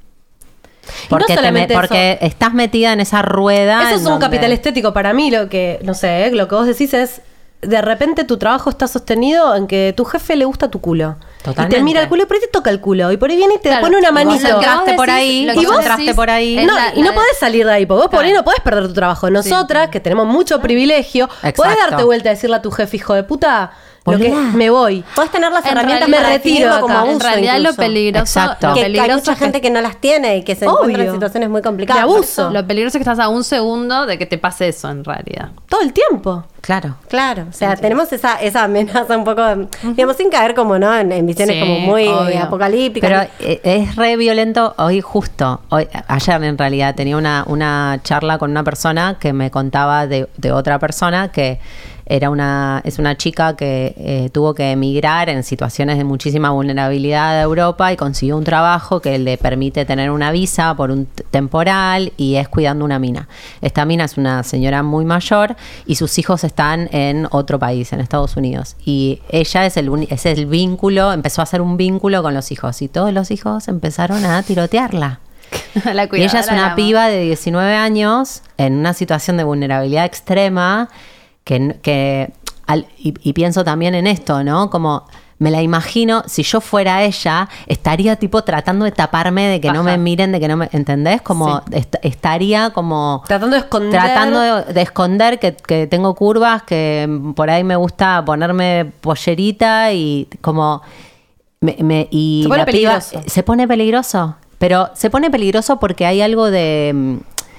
Porque, te me- solamente porque estás metida en esa rueda. Eso en es un donde- capital estético para mí. Lo que, no sé, ¿eh? Lo que vos decís es, de repente tu trabajo está sostenido en que tu jefe le gusta tu culo. Totalmente. Y te mira el culo y por ahí te toca el culo. Y por ahí viene y te Claro, pone una y vos manito. lo que vos entraste por decís- ahí, lo y que vos vos entraste decís por ahí. es No, la- y no la- podés salir de ahí, porque vos por Claro. ahí no podés perder tu trabajo. Nosotras, que tenemos mucho privilegio, podés Exacto. darte vuelta y decirle a tu jefe, hijo de puta, lo que Boluda. me voy. Podés tener las En herramientas realidad- para me retiro definirlo como acá. abuso En realidad lo incluso. peligroso, Exacto. lo Que, que hay peligroso mucha es que- gente que no las tiene y que se encuentra en Obvio. situaciones muy complicadas. De por abuso. eso. Lo peligroso es que estás a un segundo de que te pase eso en realidad. Todo el tiempo. Claro. Claro, o sea, tenemos esa, esa amenaza un poco, digamos, sin caer como, ¿no? En, en visiones Sí, como muy eh, obvio. apocalípticas. Pero eh, es re violento. Hoy justo, hoy, ayer en realidad tenía una, una charla con una persona que me contaba de, de otra persona que era una, es una chica que eh, tuvo que emigrar en situaciones de muchísima vulnerabilidad a Europa y consiguió un trabajo que le permite tener una visa por un t- temporal y es cuidando una mina. Esta mina es una señora muy mayor y sus hijos están en otro país, en Estados Unidos. Y ella es el, uni- es el vínculo, empezó a hacer un vínculo con los hijos y todos los hijos empezaron a tirotearla. La Y ella es cuidadora una la piba de diecinueve años en una situación de vulnerabilidad extrema que, que al- y, y pienso también en esto, ¿no? Como me la imagino, si yo fuera ella, estaría tipo tratando de taparme, de que no Ajá. me miren, de que no me, ¿entendés? Como est- estaría como Tratando de esconder. tratando de, de esconder que, que tengo curvas, que por ahí me gusta ponerme pollerita y como me, me- y Se pone la piba- peligroso. se pone peligroso. Pero se pone peligroso porque hay algo de,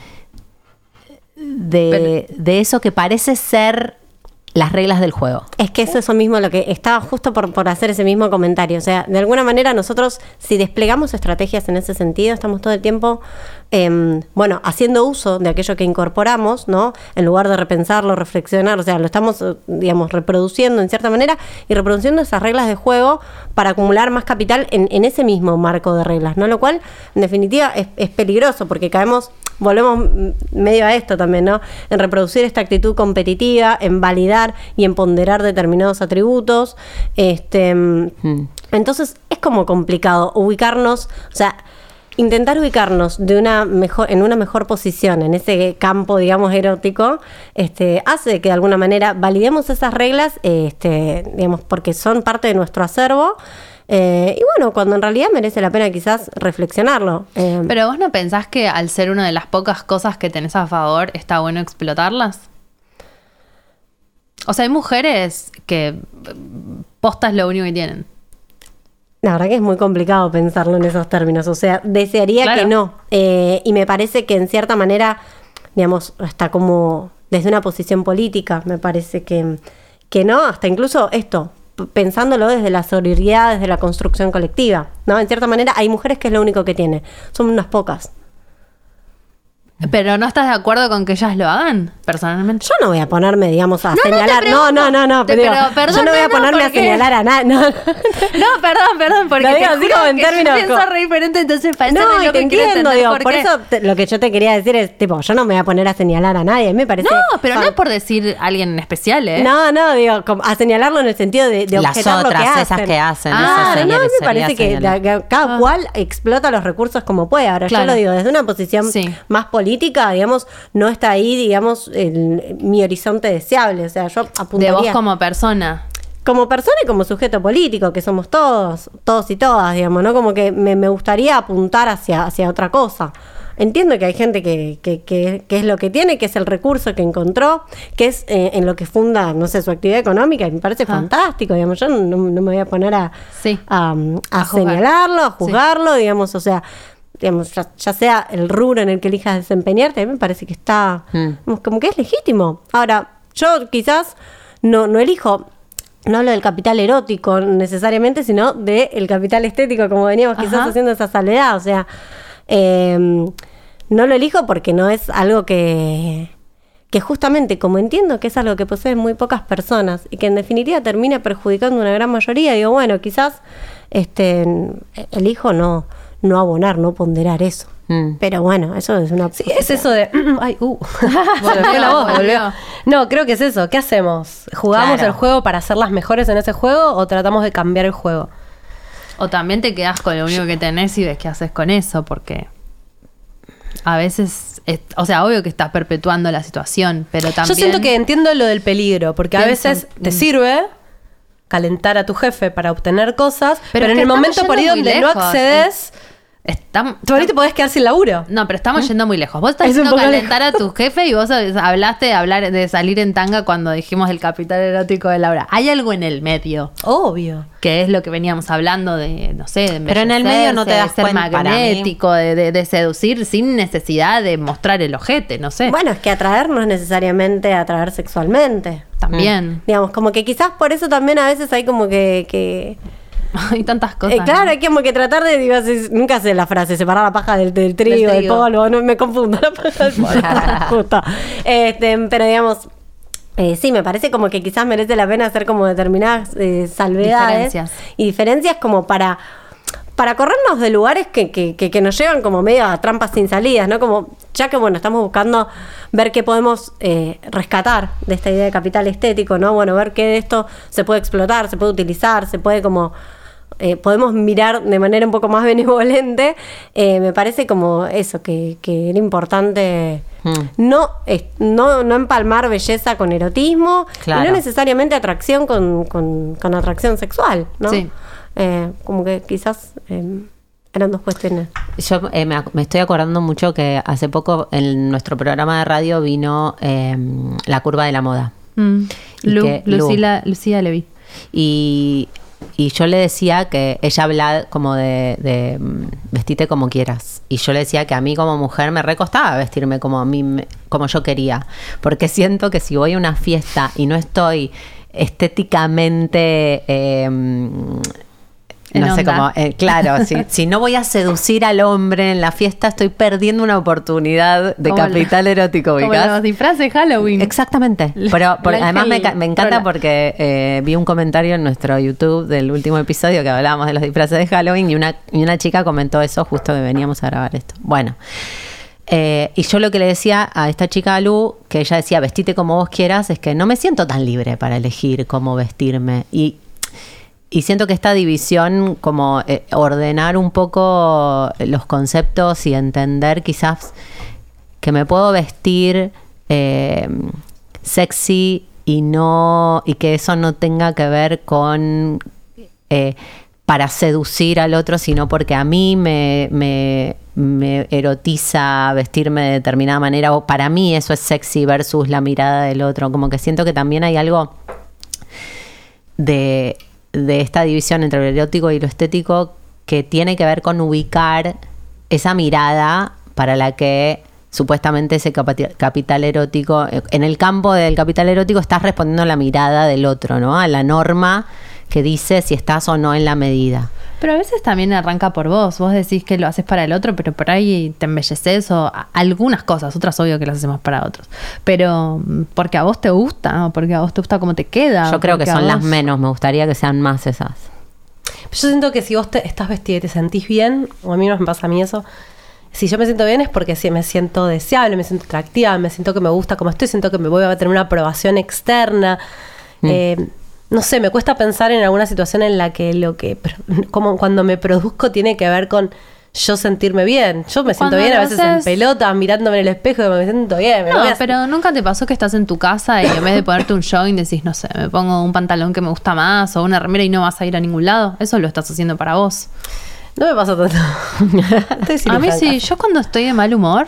de, de eso que parece ser las reglas del juego. Es que eso es eso mismo lo que estaba justo por, por hacer ese mismo comentario. O sea, de alguna manera nosotros, si desplegamos estrategias en ese sentido, estamos todo el tiempo, eh, bueno, haciendo uso de aquello que incorporamos, ¿no? En lugar de repensarlo, reflexionar, o sea, lo estamos, digamos, reproduciendo en cierta manera y reproduciendo esas reglas de juego para acumular más capital en, en ese mismo marco de reglas, ¿no? Lo cual, en definitiva, es, es peligroso porque caemos... Volvemos medio a esto también, ¿no? En reproducir esta actitud competitiva, en validar y en ponderar determinados atributos. Este, mm. Entonces es como complicado ubicarnos, o sea, intentar ubicarnos de una mejor, en una mejor posición en ese campo, digamos, erótico, este, hace que de alguna manera validemos esas reglas, este, digamos, porque son parte de nuestro acervo. Eh, y bueno, cuando en realidad merece la pena quizás reflexionarlo. Eh, Pero vos no pensás que al ser una de las pocas cosas que tenés a favor, está bueno explotarlas. O sea, hay mujeres que posta es lo único que tienen. La verdad que es muy complicado pensarlo en esos términos. O sea, desearía Claro. que no. Eh, y me parece que en cierta manera, digamos, hasta como desde una posición política, me parece que, que no, hasta incluso esto, pensándolo desde la sororidad, desde la construcción colectiva, ¿no? En cierta manera hay mujeres que es lo único que tiene, son unas pocas. Pero no estás de acuerdo con que ellas lo hagan, personalmente. Yo no voy a ponerme, digamos, a No, no te señalar. No, no, no, no. Te- pero pero, digo, perdón, yo no voy a no, no, ponerme a porque- señalar a nadie. No, No, perdón, perdón, porque Lo te digo así juro como en que yo términos pienso como- re diferente, entonces para eso no, es y lo te que quiero entiendo, entender digo, por por qué. eso te- lo que yo te quería decir es, tipo, yo no me voy a poner a señalar a nadie, a mí me parece... No, pero no son- es por decir a alguien en especial, ¿eh? No, no, digo, como a señalarlo en el sentido de, de Las objetar lo que otras, hacen. esas que hacen, Ah, esas Claro, no, a mí señales me parece sería que señalar. la- que cada Ah. cual explota los recursos como puede. Ahora, Claro. yo lo digo desde una posición Sí. más política, digamos, no está ahí, digamos, el- mi horizonte deseable. O sea, yo De apuntaría... vos como persona. como persona y como sujeto político, que somos todos, todos y todas, digamos, ¿no? Como que me, me gustaría apuntar hacia, hacia otra cosa. Entiendo que hay gente que, que, que, que es lo que tiene, que es el recurso que encontró, que es eh, en lo que funda, no sé, su actividad económica, y me parece Ajá. fantástico, digamos, yo no, no me voy a poner a, Sí. a, a A juzgar. señalarlo, a juzgarlo, digamos, o sea, digamos, ya, ya sea el rubro en el que elijas desempeñarte, a mí me parece que está, Mm. digamos, como que es legítimo. Ahora, yo quizás no, no elijo... No hablo del capital erótico necesariamente, sino del capital estético, como veníamos quizás Ajá. haciendo esa salvedad. O sea, eh, no lo elijo porque no es algo que, que justamente, como entiendo que es algo que poseen muy pocas personas y que en definitiva termina perjudicando a una gran mayoría, digo, bueno, quizás este, elijo no, no abonar, no ponderar eso. Mm. Pero bueno, eso es una... Sí, es eso de... Ay, uh. Se me fue la voz, Volvió. volvió. No, creo que es eso. ¿Qué hacemos? ¿Jugamos Claro. el juego para ser las mejores en ese juego o tratamos de cambiar el juego? O también te quedas con lo único que tenés y ves qué haces con eso, porque a veces, es- o sea, obvio que estás perpetuando la situación, pero también... Yo siento que entiendo lo del peligro, porque a Pienso- veces te mm. sirve calentar a tu jefe para obtener cosas, pero, es en que el estamos momento por ahí yendo muy donde no lejos. accedes, Estamos, por ahí te podés quedar sin laburo. No, pero estamos yendo muy lejos. Vos estás Es un haciendo poco calentar a tu jefe y vos hablaste de hablar de salir en tanga cuando dijimos el capital erótico de Laura. Hay algo en el medio, Obvio. que es lo que veníamos hablando de, no sé, de Pero en el medio no te das de ser cuenta, para mí. magnético, de, de- de seducir sin necesidad de mostrar el ojete, no sé. Bueno, es que atraer no es necesariamente atraer sexualmente. También. Digamos, como que quizás por eso también a veces hay como que... que Hay tantas cosas. eh, claro, ¿no? hay como que tratar de, digo, así, nunca sé la frase, separar la paja del, del trigo, del, trigo. polvo, no me confundo, la paja del polvo, justo. Este, pero digamos, eh, sí, me parece como que quizás merece la pena hacer como determinadas eh, salvedades Diferencias. y diferencias como para... Para corrernos de lugares que, que, que, que nos llevan como medio a trampas sin salidas, ¿no? Como, ya que bueno, estamos buscando ver qué podemos eh, rescatar de esta idea de capital estético, ¿no? Bueno, ver qué de esto se puede explotar, se puede utilizar, se puede como... eh, podemos mirar de manera un poco más benevolente, eh, me parece como eso, que, que era importante Mm. no, es- no, no empalmar belleza con erotismo Claro. y no necesariamente atracción con, con, con atracción sexual, ¿no? Sí. Eh, como que quizás eh, eran dos cuestiones. Yo eh, me, ac- me estoy acordando mucho que hace poco en nuestro programa de radio vino eh, La Curva de la Moda. Mm. Y Lu, que- Lu. Lucila, Lucía Levy. Y y yo le decía que ella habla como de, de mm, vestite como quieras. Y yo le decía que a mí como mujer me recostaba vestirme como a mí, me- como yo quería. Porque siento que si voy a una fiesta y no estoy estéticamente... eh, En no sé onda. cómo, eh, claro, si, si no voy a seducir al hombre en la fiesta, estoy perdiendo una oportunidad de Como capital lo- erótico, Como ¿ubicás? los disfraces de Halloween. Exactamente. El- Pero por- el además me, ángel ca- me encanta trola. porque eh, vi un comentario en nuestro YouTube del último episodio que hablábamos de los disfraces de Halloween y una, y una chica comentó eso justo que veníamos a grabar esto. Bueno. Eh, y yo lo que le decía a esta chica Lu, que ella decía, vestite como vos quieras, es que no me siento tan libre para elegir cómo vestirme. Y Y siento que esta división, como eh, ordenar un poco los conceptos y entender quizás que me puedo vestir eh, sexy y no y que eso no tenga que ver con eh, para seducir al otro, sino porque a mí me, me, me erotiza vestirme de determinada manera, o para mí eso es sexy versus la mirada del otro. Como que siento que también hay algo de... de esta división entre lo erótico y lo estético que tiene que ver con ubicar esa mirada para la que supuestamente ese capati- capital erótico, en el campo del capital erótico estás respondiendo a la mirada del otro, ¿no? A la norma que dice si estás o no en la medida. Pero a veces también arranca por vos. Vos decís que lo haces para el otro, pero por ahí te embelleces o a- algunas cosas. Otras obvio que las hacemos para otros. Pero mm, porque a vos te gusta, o porque a vos te gusta cómo te queda. Yo o creo que porque a son las vos- menos, me gustaría que sean más esas. Yo siento que si vos te estás vestida y te sentís bien, o a mí no me pasa a mí eso, si yo me siento bien es porque sí, me siento deseable, me siento atractiva, me siento que me gusta como estoy, siento que me voy a tener una aprobación externa. Mm. Eh, no sé, me cuesta pensar en alguna situación en la que lo que, pro- como cuando me produzco tiene que ver con yo sentirme bien. Yo me siento Cuando bien a lo veces en haces- pelota, mirándome en el espejo, y me siento bien. Me No, voy a- pero nunca te pasó que estás en tu casa y en vez de ponerte un jogging decís, no sé, me pongo un pantalón que me gusta más o una remera y no vas a ir a ningún lado. Eso lo estás haciendo para vos. No me pasa tanto. Estoy A mí cirujana. sí, yo cuando estoy de mal humor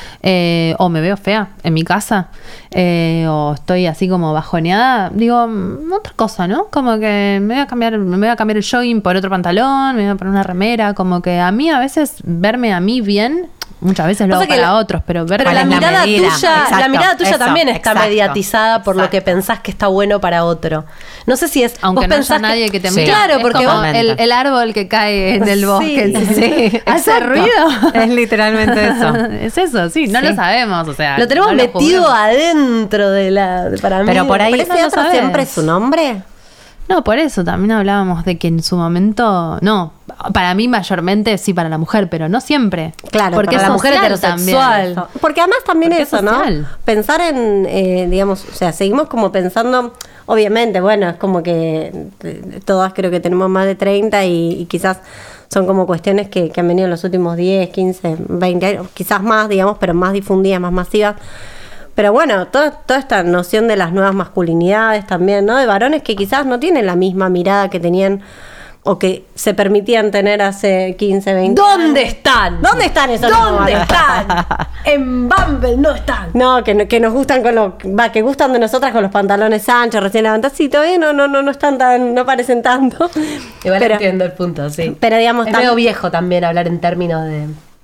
eh, o me veo fea en mi casa eh, o estoy así como bajoneada, digo, mm, otra cosa, ¿no? Como que me voy a cambiar, me voy a cambiar el jogging por otro pantalón, me voy a poner una remera, como que a mí a veces verme a mí bien, muchas veces lo Pasa hago que para la- otros, pero verme Pero ¿Cuál la es la mirada medida? tuya, la Exacto, mirada tuya eso, también está exacto, mediatizada por lo que exacto. pensás que está bueno para otro. No sé si es. aunque vos no haya pensás nadie que te Sí. mire. Claro, Es porque como vos- el, el árbol que cae en el Sí, bosque. Sí, ¿Hace exacto. ruido? Es literalmente eso. Es eso, sí, no Sí. lo sabemos, o sea. lo tenemos no metido juzguemos. adentro de la. Para Pero mí, por ahí- ¿Pero no ese lo otro sabes. siempre es su nombre? No, por eso también hablábamos de que en su momento, no, para mí mayormente sí para la mujer, pero no siempre. Claro, porque para es la mujer social heterosexual. también. Porque además también Porque es eso, ¿no? social. Pensar en, eh, digamos, o sea, seguimos como pensando, obviamente, bueno, es como que eh, todas creo que tenemos más de treinta y, y quizás son como cuestiones que, que han venido en los últimos diez, quince, veinte años, quizás más, digamos, pero más difundidas, más masivas. Pero bueno, toda, toda esta noción de las nuevas masculinidades también, ¿no? De varones que quizás no tienen la misma mirada que tenían o que se permitían tener hace quince, veinte ¿Dónde años. están? ¿Dónde están esos nuevos ¿Dónde varones? están? En Bumble no están. No, que, no- que nos gustan con los, va, que gustan de nosotras con los pantalones anchos, recién levantados, sí, todavía no, no, no, no están tan, no parecen tanto. Igual pero, entiendo el punto, sí. pero digamos, es tam- medio viejo también hablar en términos de.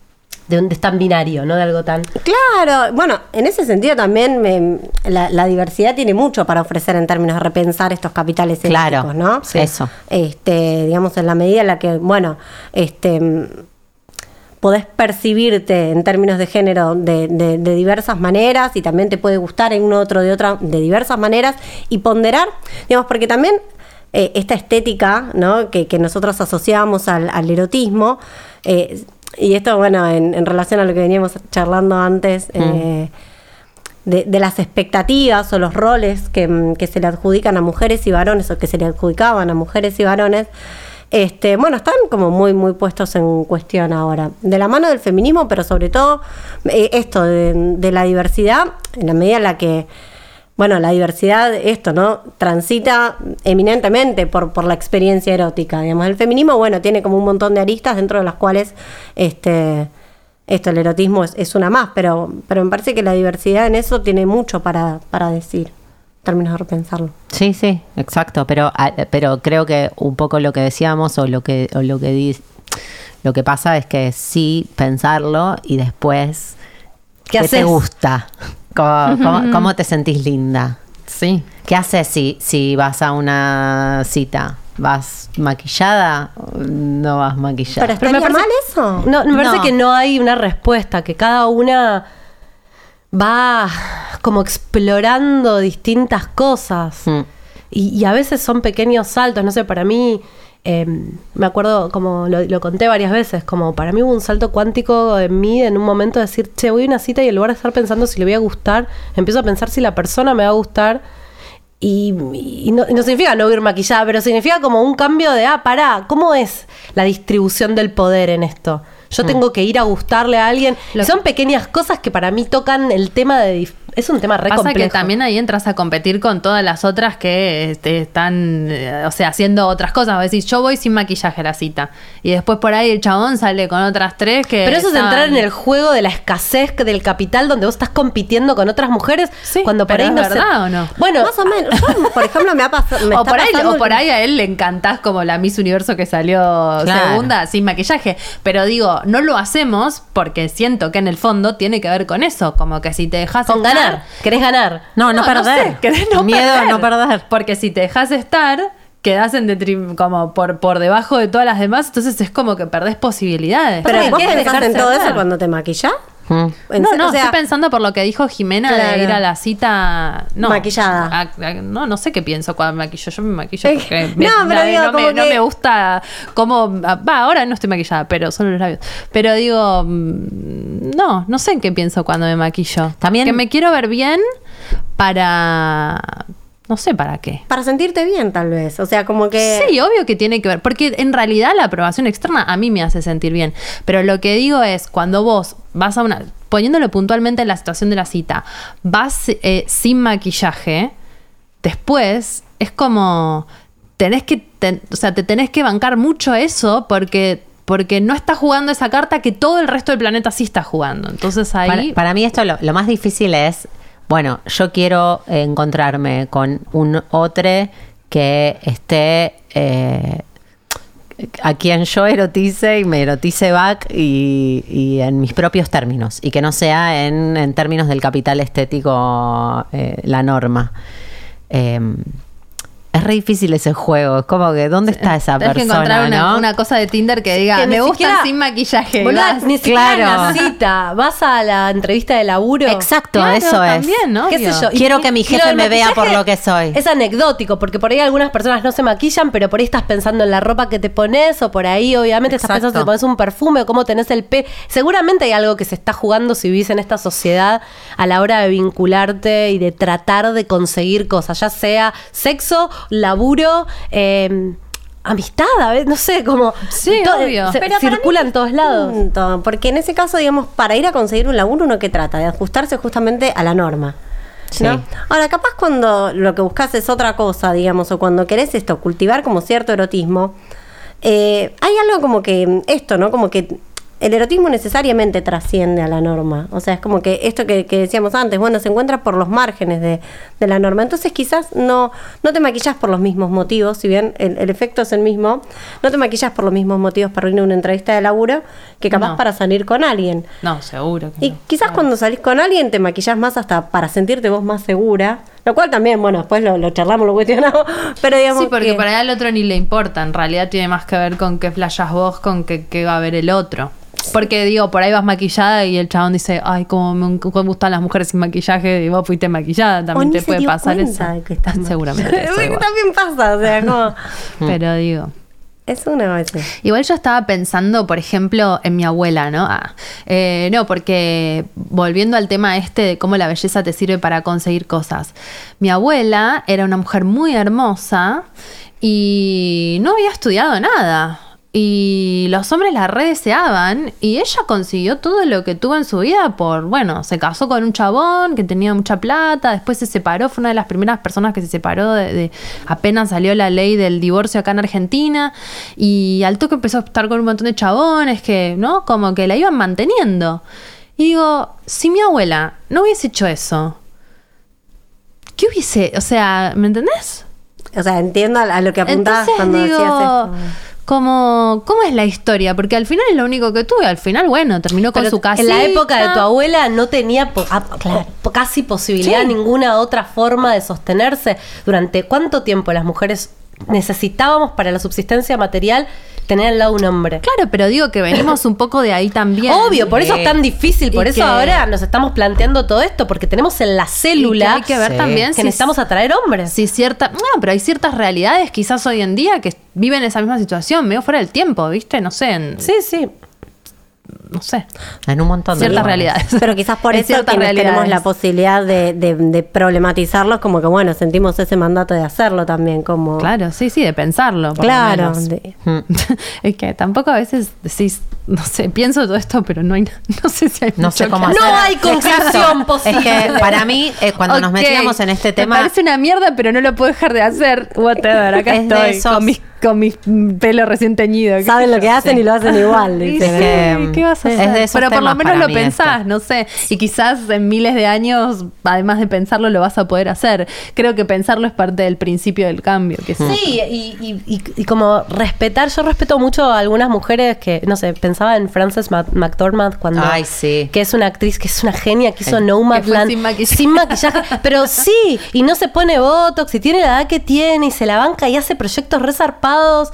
De un de tan binario, ¿no? De algo tan. Claro, bueno, en ese sentido también me- la, la diversidad tiene mucho para ofrecer en términos de repensar estos capitales Claro, eróticos, ¿no? sí. Eso. Este, digamos, en la medida en la que, bueno, este mm, podés percibirte en términos de género de, de- de diversas maneras y también te puede gustar en uno otro de otra de diversas maneras y ponderar, digamos, porque también eh, esta estética, ¿no? que, que nosotros asociamos al, al erotismo, eh, y esto, bueno, en, en relación a lo que veníamos charlando antes, eh, de, de las expectativas o los roles que, mm, que se le adjudican a mujeres y varones o que se le adjudicaban a mujeres y varones, este, bueno, están como muy, muy puestos en cuestión ahora. De la mano del feminismo, pero sobre todo eh, esto de, de la diversidad, en la medida en la que, bueno, la diversidad, esto, ¿no? Transita eminentemente por, por la experiencia erótica, digamos. El feminismo, bueno, tiene como un montón de aristas dentro de las cuales, este, esto, el erotismo es, es una más, pero, pero me parece que la diversidad en eso tiene mucho para, para decir. terminas de repensarlo. Sí, sí, exacto, pero, pero creo que un poco lo que decíamos o lo que, o lo que di, lo que pasa es que sí pensarlo y después ¿qué, ¿qué haces? te gusta? ¿Cómo, cómo, cómo te sentís linda? Sí. ¿Qué haces si, si vas a una cita? ¿Vas maquillada o no vas maquillada? Pero Pero estaría me parece- mal eso. No, me parece No. que no hay una respuesta, que cada una va como explorando distintas cosas. Mm. Y, y a veces son pequeños saltos, no sé, para mí, eh, me acuerdo, como lo, lo conté varias veces, como para mí hubo un salto cuántico en mí en un momento de decir, che, voy a una cita y en lugar de estar pensando si le voy a gustar, empiezo a pensar si la persona me va a gustar. Y, y no, y no significa no ir maquillada, pero significa como un cambio de, ah, pará, ¿cómo es la distribución del poder en esto? Yo Mm. tengo que ir a gustarle a alguien. Lo Y son pequeñas cosas que para mí tocan el tema de... dif- Es un tema re Pasa complejo. que también ahí entras a competir con todas las otras que este, están, eh, o sea, haciendo otras cosas. Vos decís, yo voy sin maquillaje a la cita. Y después por ahí el chabón sale con otras tres que... Pero eso es estaban- entrar en el juego de la escasez del capital donde vos estás compitiendo con otras mujeres Sí, cuando por pero ahí ¿es no sé- verdad o no? Bueno, Más o menos. Yo, por ejemplo, me ha pasado. me O está por, ahí, pasando o por que- ahí a él le encantás como la Miss Universo que salió Claro. segunda sin maquillaje. Pero digo, no lo hacemos porque siento que en el fondo tiene que ver con eso. Como que si te dejas con estar- ganar. ¿Querés ganar? No, no, perder. sé, querés no Miedo a perder. no perder. Porque si te dejas estar, quedás en detrim- como por, por debajo de todas las demás, entonces es como que perdés posibilidades. Pero ¿qué vos es pensás dejarse en todo hacer? eso cuando te maquillás. Mm. En No, se- no, o sea, estoy pensando por lo que dijo Jimena Claro. de ir a la cita. No, Maquillada. A- a- no, no sé qué pienso cuando me maquillo. Yo me maquillo porque me- No, pero digo, no, me, como no que- me gusta cómo. Va, ahora no estoy maquillada, pero solo los labios. Pero digo, mm, no, no sé en qué pienso cuando me maquillo. También- Que me quiero ver bien para. No sé para qué. para sentirte bien, tal vez. O sea, como que. Sí, obvio que tiene que ver, porque en realidad la aprobación externa a mí me hace sentir bien, pero lo que digo es, cuando vos vas a una, poniéndolo puntualmente en la situación de la cita, vas eh, sin maquillaje, después es como, tenés que, ten- o sea, te tenés que bancar mucho eso porque... Porque no estás jugando esa carta que todo el resto del planeta sí está jugando. Entonces ahí... Para, para mí esto lo, lo más difícil es, bueno, yo quiero encontrarme con un otro que esté, eh, a quien yo erotice y me erotice back y, y en mis propios términos, y que no sea en, en términos del capital estético eh, la norma. Eh, es re difícil ese juego, es como que ¿dónde está esa Tenés que persona? encontrar una, ¿no? una cosa de Tinder que diga, que ni me gustan siquiera- sin maquillaje. Boluda, Vas. ni siquiera en Claro. la cita. Vas a la entrevista de laburo. Exacto, Claro, eso es. también, ¿no? ¿Qué sé Obvio. yo? Y- Quiero que mi y jefe lo del me vea por maquillaje lo que soy. Es anecdótico, porque por ahí algunas personas no se maquillan, pero por ahí estás pensando en la ropa que te pones, o por ahí obviamente estás Exacto. pensando si te pones un perfume, o cómo tenés el pelo. Seguramente hay algo que se está jugando si vivís en esta sociedad a la hora de vincularte y de tratar de conseguir cosas, ya sea sexo, laburo, eh, amistad, a ver, no sé, como Sí, to- obvio. se- Pero para circula mí en todos lados. punto, porque en ese caso, digamos, para ir a conseguir un laburo, uno que trata de ajustarse justamente a la norma. ¿no? Sí. Ahora, capaz cuando lo que buscas es otra cosa, digamos, o cuando querés esto, cultivar como cierto erotismo, eh, hay algo como que esto, ¿no? Como que el erotismo necesariamente trasciende a la norma. O sea, es como que esto que, que decíamos antes, bueno, se encuentra por los márgenes de, de la norma. Entonces quizás no, no te maquillas por los mismos motivos, si bien el, el efecto es el mismo, no te maquillas por los mismos motivos para ir a una entrevista de laburo que capaz No. para salir con alguien. No, seguro. que Y no. quizás cuando salís con alguien te maquillás más hasta para sentirte vos más segura. Lo cual también, bueno, después lo, lo charlamos, lo cuestionamos. Pero digamos Sí, porque que- para al otro ni le importa. En realidad tiene más que ver con qué flashás vos, con qué, qué va a ver el otro. Porque digo, por ahí vas maquillada y el chabón dice, ay, cómo me, cómo me gustan las mujeres sin maquillaje, y vos fuiste maquillada, o también ni te se puede dio pasar cuenta eso. de que estás Seguramente. eso Porque igual. también pasa, o sea, como... Pero digo. Es una a veces. Igual yo estaba pensando, por ejemplo, en mi abuela, ¿no? Ah, eh, no, porque volviendo al tema este de cómo la belleza te sirve para conseguir cosas. Mi abuela era una mujer muy hermosa y no había estudiado nada. Y los hombres la redeseaban y ella consiguió todo lo que tuvo en su vida por, bueno, se casó con un chabón que tenía mucha plata, después se separó, fue una de las primeras personas que se separó de, de- apenas salió la ley del divorcio acá en Argentina y al toque empezó a estar con un montón de chabones que, ¿no? Como que la iban manteniendo. Y digo, si mi abuela no hubiese hecho eso, ¿qué hubiese? O sea, ¿me entendés? O sea, entiendo a, a lo que apuntabas Entonces cuando digo, decías esto. como, ¿cómo es la historia? Porque al final es lo único que tuve. Al final, bueno, terminó con Pero su casita. en la época de tu abuela no tenía po- a- po- casi posibilidad, Sí. ninguna otra forma de sostenerse. ¿Durante cuánto tiempo las mujeres necesitábamos para la subsistencia material tener al lado un hombre? Claro, pero digo que venimos un poco de ahí también. Obvio, por eso Sí. es tan difícil, por Y eso que- ahora nos estamos planteando todo esto, porque tenemos en la célula Y que hay que ver Sí. también que si necesitamos atraer hombres. Si cierta, no, pero hay ciertas realidades quizás hoy en día que viven esa misma situación, medio fuera del tiempo, ¿viste? No sé, en- Sí, sí. no sé. En un montón de Ciertas lugares. realidades. Pero quizás por En eso ciertas quienes tenemos realidades. la posibilidad de, de, de problematizarlos, como que bueno, sentimos ese mandato de hacerlo también, como... Claro, sí, sí, de pensarlo. por lo Claro, menos. de- Mm. Es que tampoco a veces decís, no sé, pienso todo esto, pero no hay, no sé si hay No mucho sé cómo que hacer. No hay conclusión Es posible. que para mí, eh, cuando nos Ok, metíamos en este tema, me parece una mierda, pero no lo puedo dejar de hacer. Whatever, acá Es de estoy esos- con mis con mi pelo recién teñido. qué saben sé lo que yo. hacen y lo hacen igual. Sí, dice. sí, que, ¿qué vas a es hacer? de esos Pero por lo temas menos para lo mí pensás, esto. no sé. Y quizás en miles de años, además de pensarlo, lo vas a poder hacer. Creo que pensarlo es parte del principio del cambio. Que sí. Sí, y, y- y- y como respetar, yo respeto mucho a algunas mujeres que, no sé, pensaba en Frances Mac- McDormand cuando... Ay, sí. Que es una actriz, que es una genia, que hizo Sí. Nomadland. Que fue sin maquillaje. Sin maquillaje. Pero sí, y no se pone botox, y tiene la edad que tiene, y se la banca, y hace proyectos resarpados.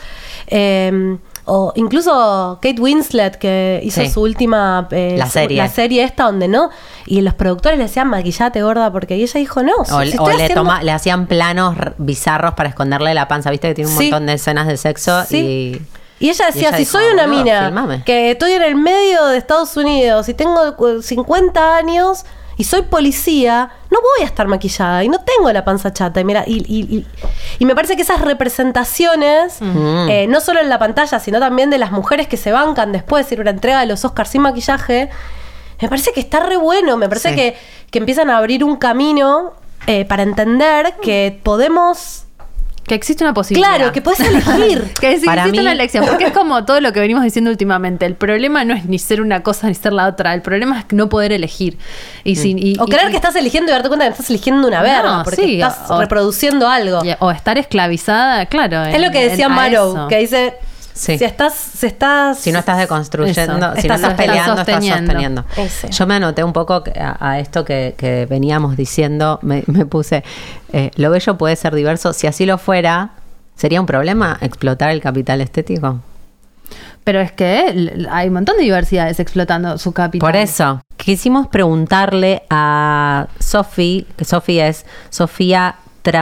Eh, o incluso Kate Winslet, que hizo Sí. su última... eh, La su- serie. La serie esta, donde no. Y los productores le decían, maquillate, gorda, porque... Y ella dijo, no, O, si o estoy le, haciendo- toma, le hacían planos r- bizarros para esconderle la panza. Viste que tiene un Sí. montón de escenas de sexo Sí. y... Y ella decía, ella si dijo, soy una "Boludo, mina filmame". que estoy en el medio de Estados Unidos y tengo cu- cincuenta años y soy policía, no voy a estar maquillada y no tengo la panza chata. Y mira, y, y- y- y me parece que esas representaciones, Mm. eh, no solo en la pantalla, sino también de las mujeres que se bancan después de ir a una entrega de los Oscars sin maquillaje, me parece que está re bueno. Me parece Sí. que, que empiezan a abrir un camino eh, para entender que podemos... Que existe una posibilidad. Claro, que puedes elegir. Que sí, Para existe mí- una elección, porque es como todo lo que venimos diciendo últimamente. El problema no es ni ser una cosa ni ser la otra. El problema es no poder elegir. Y sin, y- O y- creer y- que estás eligiendo y darte cuenta que estás eligiendo una verga, No, porque sí, estás o- reproduciendo algo. y- o estar esclavizada, claro. Es en- lo que decía en- a Maro, eso. que dice, Sí. si estás, si estás... Si no estás deconstruyendo, Eso. si no Estás- estás estás peleando, estás sosteniendo. sosteniendo. Ese. Yo me anoté un poco que- a, a esto que, que veníamos diciendo, me, me puse, eh, lo bello puede ser diverso, si así lo fuera, ¿sería un problema explotar el capital estético? Pero es que l- hay un montón de diversidades explotando su capital. Por eso, quisimos preguntarle a Sofi, que Sofi es Sofía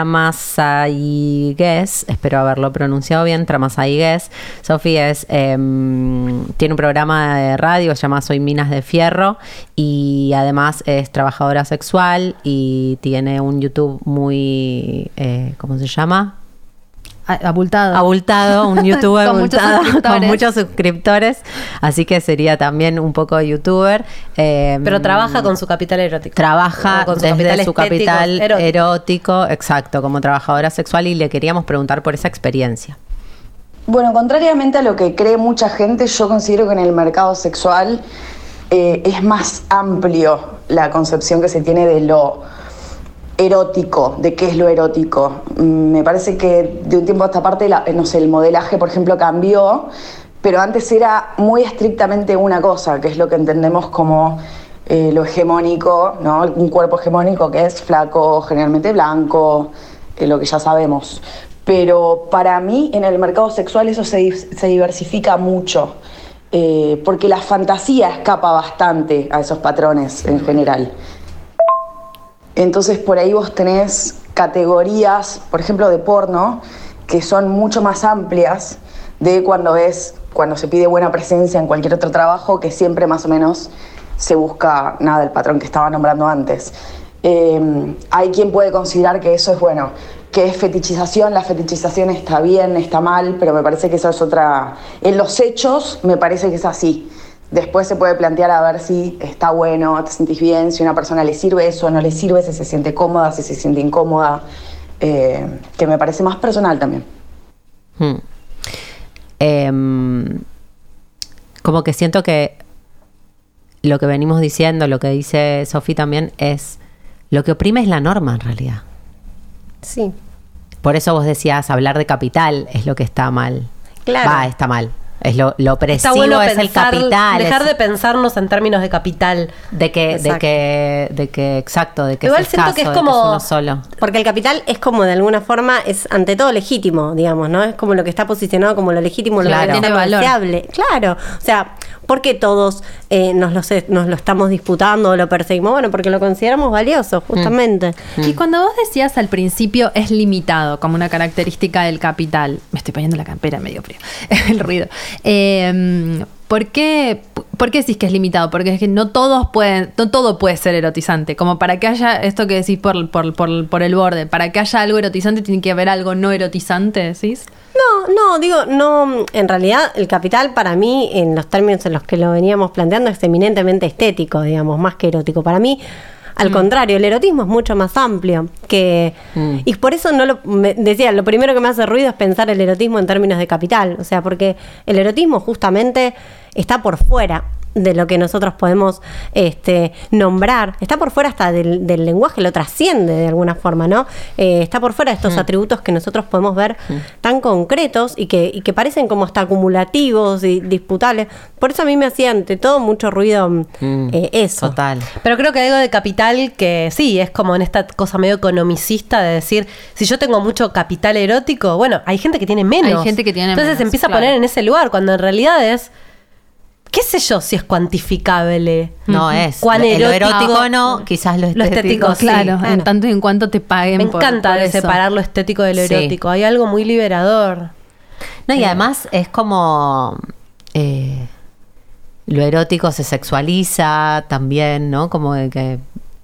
Tramasaigues, espero haberlo pronunciado bien, Tramasaigues. Sofi es, em, tiene un programa de radio, se llama Soy Minas de Fierro, y además es trabajadora sexual y tiene un YouTube muy, eh, ¿cómo se llama? A- Abultado. Abultado, un YouTube Con muchos abultado, con suscriptores. muchos suscriptores, así que sería también un poco youtuber. eh, Pero trabaja con su capital erótico. Trabaja O con su desde capital su estético, capital erótico. erótico. exacto, como trabajadora sexual, y le queríamos preguntar por esa experiencia. Bueno, contrariamente a lo que cree mucha gente, yo considero que en el mercado sexual eh, es más amplio la concepción que se tiene de lo erótico, de qué es lo erótico. Mm, Me parece que de un tiempo a esta parte, la- no sé, el modelaje, por ejemplo, cambió, pero antes era muy estrictamente una cosa, que es lo que entendemos como eh, lo hegemónico, ¿no? Un cuerpo hegemónico que es flaco, generalmente blanco, eh, lo que ya sabemos. Pero para mí en el mercado sexual eso se, di- se diversifica mucho, eh, porque la fantasía escapa bastante a esos patrones en general. Entonces por ahí vos tenés categorías, por ejemplo de porno, que son mucho más amplias de cuando es, cuando se pide buena presencia en cualquier otro trabajo, que siempre más o menos se busca nada el patrón que estaba nombrando antes. Eh, hay quien puede considerar que eso es bueno, que es fetichización, la fetichización está bien, está mal, pero me parece que eso es otra... En los hechos me parece que es así. Después se puede plantear a ver si está bueno, te sentís bien, si a una persona le sirve eso, no le sirve, si se siente cómoda, si se siente incómoda, eh, que me parece más personal también. Hmm. Em, como que siento que lo que venimos diciendo, lo que dice Sofi también, es lo que oprime es la norma en realidad. Sí. Por eso vos decías, hablar de capital es lo que está mal. Claro. Va, está mal. Es lo, lo opresivo, Está bueno es el pensar- capital. dejar es- de pensarnos en términos de capital. de que, de Exacto. que, de que, exacto, de que Igual es siento escaso, que es de como- es uno solo. Porque el capital es como de alguna forma, es ante todo legítimo, digamos, ¿no? Es como lo que está posicionado como lo legítimo, lo Claro. que Tiene es valor. deseable. Claro. O sea, ¿por qué todos eh, nos, lo, se- nos lo estamos disputando o lo perseguimos? Bueno, porque lo consideramos valioso, justamente. Y cuando vos decías al principio es limitado como una característica del capital, me estoy poniendo la campera medio frío, el ruido. Eh, ¿por, qué, ¿Por qué decís que es limitado? Porque es que no todos pueden, no todo puede ser erotizante. Como para que haya esto que decís por, por, por, por el borde, para que haya algo erotizante tiene que haber algo no erotizante, ¿decís? No, no, digo, no, en realidad el capital para mí, en los términos en los que lo veníamos planteando, es eminentemente estético, digamos, más que erótico. Para mí, al contrario, el erotismo es mucho más amplio que... Mm. Y por eso no lo... me decía, lo primero que me hace ruido es pensar el erotismo en términos de capital. O sea, porque el erotismo justamente está por fuera de lo que nosotros podemos este, nombrar. Está por fuera hasta del, del lenguaje, lo trasciende de alguna forma, ¿no? Eh, está por fuera de estos atributos que nosotros podemos ver tan concretos y que, y que parecen como hasta acumulativos y disputables. Por eso a mí me hacía ante todo mucho ruido Mm, eh, eso. Total. Pero creo que hay algo de capital que sí, es como en esta cosa medio economicista de decir, si yo tengo mucho capital erótico, bueno, hay gente que tiene menos. Hay gente que tiene Entonces menos, se empieza claro. a poner en ese lugar, cuando en realidad es, qué sé yo si es cuantificable. No es. Cuán Lo erótico, erótico no, quizás lo Lo estético. estético, sí. Claro, claro. en tanto y en cuanto te paguen. Me por- encanta por de eso. separar lo estético de lo Sí. erótico. Hay algo muy liberador. No, y además es como eh, lo erótico se sexualiza también, ¿no? Como de que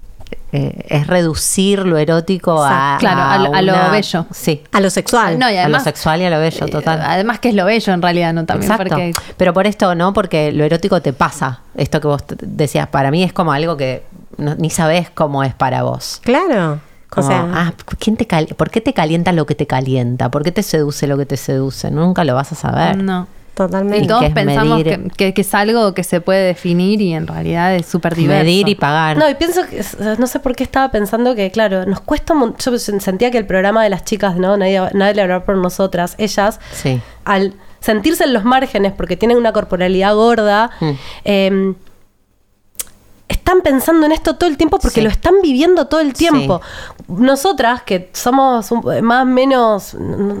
eh, es reducir lo erótico a, Claro, a lo- a lo una- bello. Sí. A lo sexual. No, y a lo además, sexual y a lo bello, eh, total. además que es lo bello en realidad, ¿no? También Exacto. porque Pero por esto, ¿no? Porque lo erótico te pasa. Esto que vos t- decías, para mí es como algo que no- ni sabés cómo es para vos. Claro. Como, o sea, ah, ¿quién te cal- ¿por qué te calienta lo que te calienta? ¿Por qué te seduce lo que te seduce? Nunca lo vas a saber. no. totalmente. Y todos que es pensamos medir- que, que- que es algo que se puede definir y en realidad es súper diverso. Medir y pagar. No, y pienso que, no sé por qué estaba pensando que, claro, nos cuesta, un mon- yo sentía que el programa de las chicas, ¿no? Nadie, nadie le hablaba por nosotras, ellas, Sí. al sentirse en los márgenes porque tienen una corporalidad gorda, Mm. eh, están pensando en esto todo el tiempo porque Sí. lo están viviendo todo el tiempo. Nosotras, que somos un- más o menos...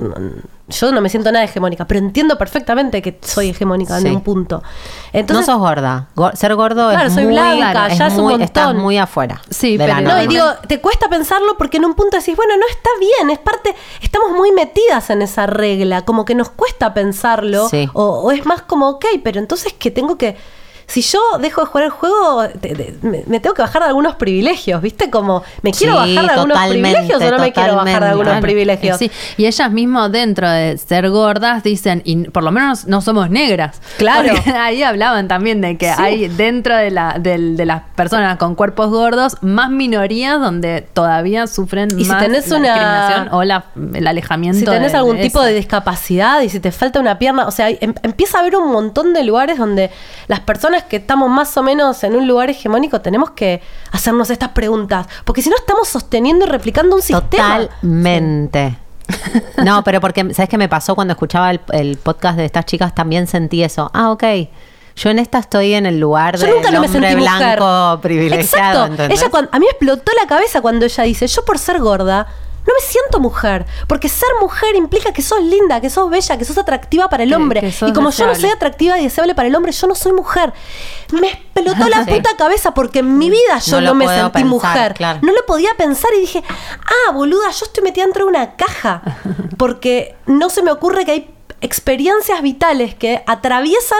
Yo no me siento nada hegemónica, pero entiendo perfectamente que soy hegemónica Sí. en un punto. No Entonces, sos gorda. Go- ser gordo Claro, es soy muy... blanca, es ya es un muy- montón. Estás muy afuera. Sí, de la pero- no, norma. y digo, te cuesta pensarlo porque en un punto decís, bueno, no está bien, es parte, estamos muy metidas en esa regla, como que nos cuesta pensarlo, Sí. o, o es más como, ok, pero entonces que tengo que, si yo dejo de jugar el juego, te- te- me, me tengo que bajar de algunos privilegios, ¿viste? Como, ¿me quiero Sí, bajar de algunos totalmente, privilegios o no me quiero bajar de totalmente. algunos Claro, privilegios? eh, sí. Y ellas mismas dentro de ser gordas dicen, y por lo menos no somos negras. Claro. Porque ahí hablaban también de que Sí. hay dentro de, la, del- de las personas con cuerpos gordos más minorías donde todavía sufren Y si más tenés la una- discriminación o la- el alejamiento. Si tenés de- algún de tipo eso. de discapacidad y si te falta una pierna, o sea, em- empieza a haber un montón de lugares donde las personas que estamos más o menos en un lugar hegemónico tenemos que hacernos estas preguntas, porque si no estamos sosteniendo y replicando un sistema. Totalmente. No, pero porque, ¿sabes qué me pasó cuando escuchaba el, el podcast de estas chicas? También sentí eso. Ah, ok. Yo en esta estoy en el lugar Yo del nunca no me hombre sentí mujer. blanco privilegiado. Exacto. ¿entendés? Ella cuando, a mí me explotó la cabeza cuando ella dice, yo por ser gorda no me siento mujer, porque ser mujer implica que sos linda, que sos bella, que sos atractiva para el Que- hombre. que sos Y como yo no deseable. soy atractiva y deseable para el hombre, yo no soy mujer. Me explotó la Sí. puta cabeza porque en mi vida yo No no, lo me puedo sentí pensar, mujer. claro. No lo podía pensar y dije, ah, boluda, yo estoy metida dentro de una caja. Porque no se me ocurre que hay experiencias vitales que atraviesan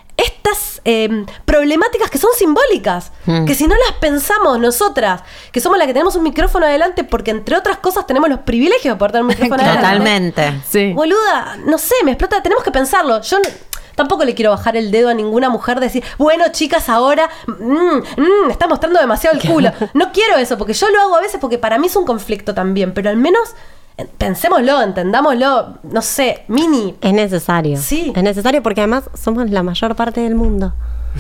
estas eh, problemáticas que son simbólicas, Mm. que si no las pensamos nosotras, que somos las que tenemos un micrófono adelante, porque entre otras cosas tenemos los privilegios de poder tener un micrófono adelante. Totalmente. Sí. Boluda, no sé, me explota, tenemos que pensarlo. Yo no- tampoco le quiero bajar el dedo a ninguna mujer de decir, bueno, chicas, ahora mm, mm, está mostrando demasiado el culo. No quiero eso, porque yo lo hago a veces porque para mí es un conflicto también, pero al menos eh, pensémoslo, entendámoslo, no sé, mini. Es necesario. Sí. Es necesario porque además somos la mayor parte del mundo.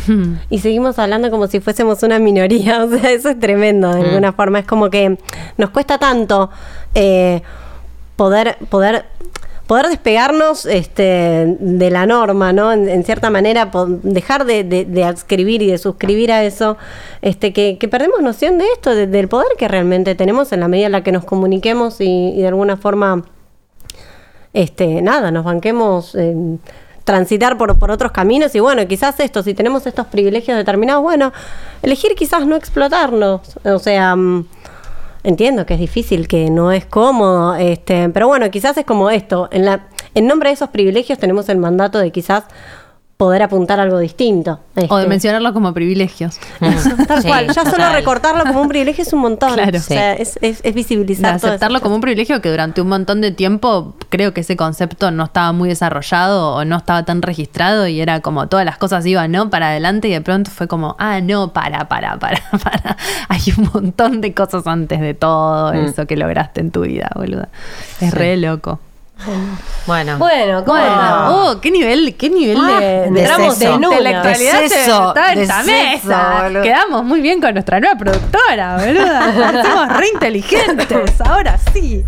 Y seguimos hablando como si fuésemos una minoría. O sea, eso es tremendo de alguna forma. Es como que nos cuesta tanto eh, poder, poder, poder despegarnos este, de la norma, ¿no? En, en cierta manera, po- dejar de, de, de adscribir y de suscribir a eso, este, que, que perdemos noción de esto, de- del poder que realmente tenemos en la medida en la que nos comuniquemos y, y de alguna forma, este, nada, nos banquemos en transitar por, por otros caminos. Y bueno, quizás esto, si tenemos estos privilegios determinados, bueno, elegir quizás no explotarlos. O sea, mm, entiendo que es difícil, que no es cómodo, este, pero bueno, quizás es como esto, en la, en nombre de esos privilegios tenemos el mandato de quizás poder apuntar a algo distinto. O de este. mencionarlo como privilegios. Tal Sí, cual, ya solo total. recortarlo como un privilegio es un montón. Claro. O sea, es, es, es De visibilizar todo aceptarlo eso. como un privilegio que durante un montón de tiempo creo que ese concepto no estaba muy desarrollado o no estaba tan registrado y era como todas las cosas iban, ¿no? Para adelante y de pronto fue como, ah, no, para, para, para, para. Hay un montón de cosas antes de todo Mm. eso que lograste en tu vida, boluda. Es Sí. re loco. Bueno. Bueno, ¿cómo Bueno, estamos? oh, qué nivel, qué nivel Ah, de, entramos de en una. intelectualidad De se- seso, está en de esta seso, mesa. boludo. Quedamos muy bien con nuestra nueva productora, boluda. Somos re inteligentes, ahora sí.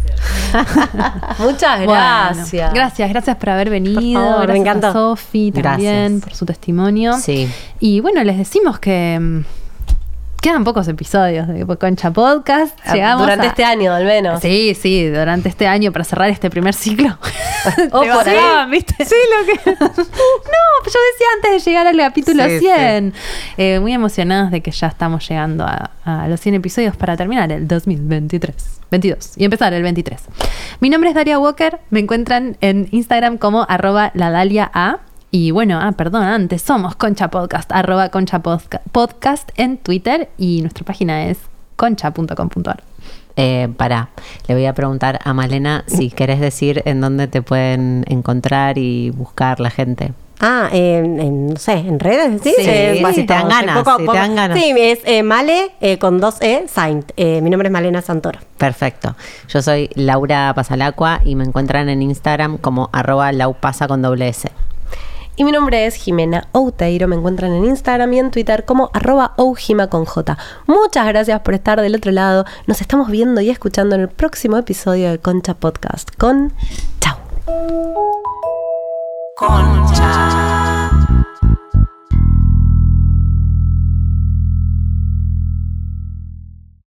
Muchas Bueno, gracias. gracias, gracias por haber venido. Por favor, me gracias encantó. a Sofi también Gracias. por su testimonio. Sí. Y bueno, les decimos que mm, quedan pocos episodios de Concha Podcast. Llegamos Durante a- este año, al menos. Sí, sí, durante este año para cerrar este primer ciclo. Oh, Te por ahí. bajaban, ¿viste? Sí, lo que. No, yo decía antes de llegar al capítulo Sí, cien. Eh, muy emocionadas de que ya estamos llegando a, a los cien episodios para terminar el dos mil veintitrés. veintidós y empezar el veintitrés. Mi nombre es Daria Walker. Me encuentran en Instagram como arroba la Dalia A. Y bueno, ah, perdón, antes somos Concha Podcast, arroba Concha Podca- Podcast en Twitter y nuestra página es concha punto com punto a r. Eh, pará, le voy a preguntar a Malena si querés decir en dónde te pueden encontrar y buscar la gente. Ah, en, en, no sé, en redes, ¿sí? Sí, Eh, si te dan sí, ganas, poco a si te poco. dan ganas. Sí, es eh, Male eh, con dos E, Saint. Eh, mi nombre es Malena Santoro. Perfecto. Yo soy Laura Pasalacua y me encuentran en Instagram como arroba laupasa con doble S. Y mi nombre es Jimena Outeiro. Me encuentran en Instagram y en Twitter como arroba oujima con J. Muchas gracias por estar del otro lado. Nos estamos viendo y escuchando en el próximo episodio de Concha Podcast. Con chau. Concha.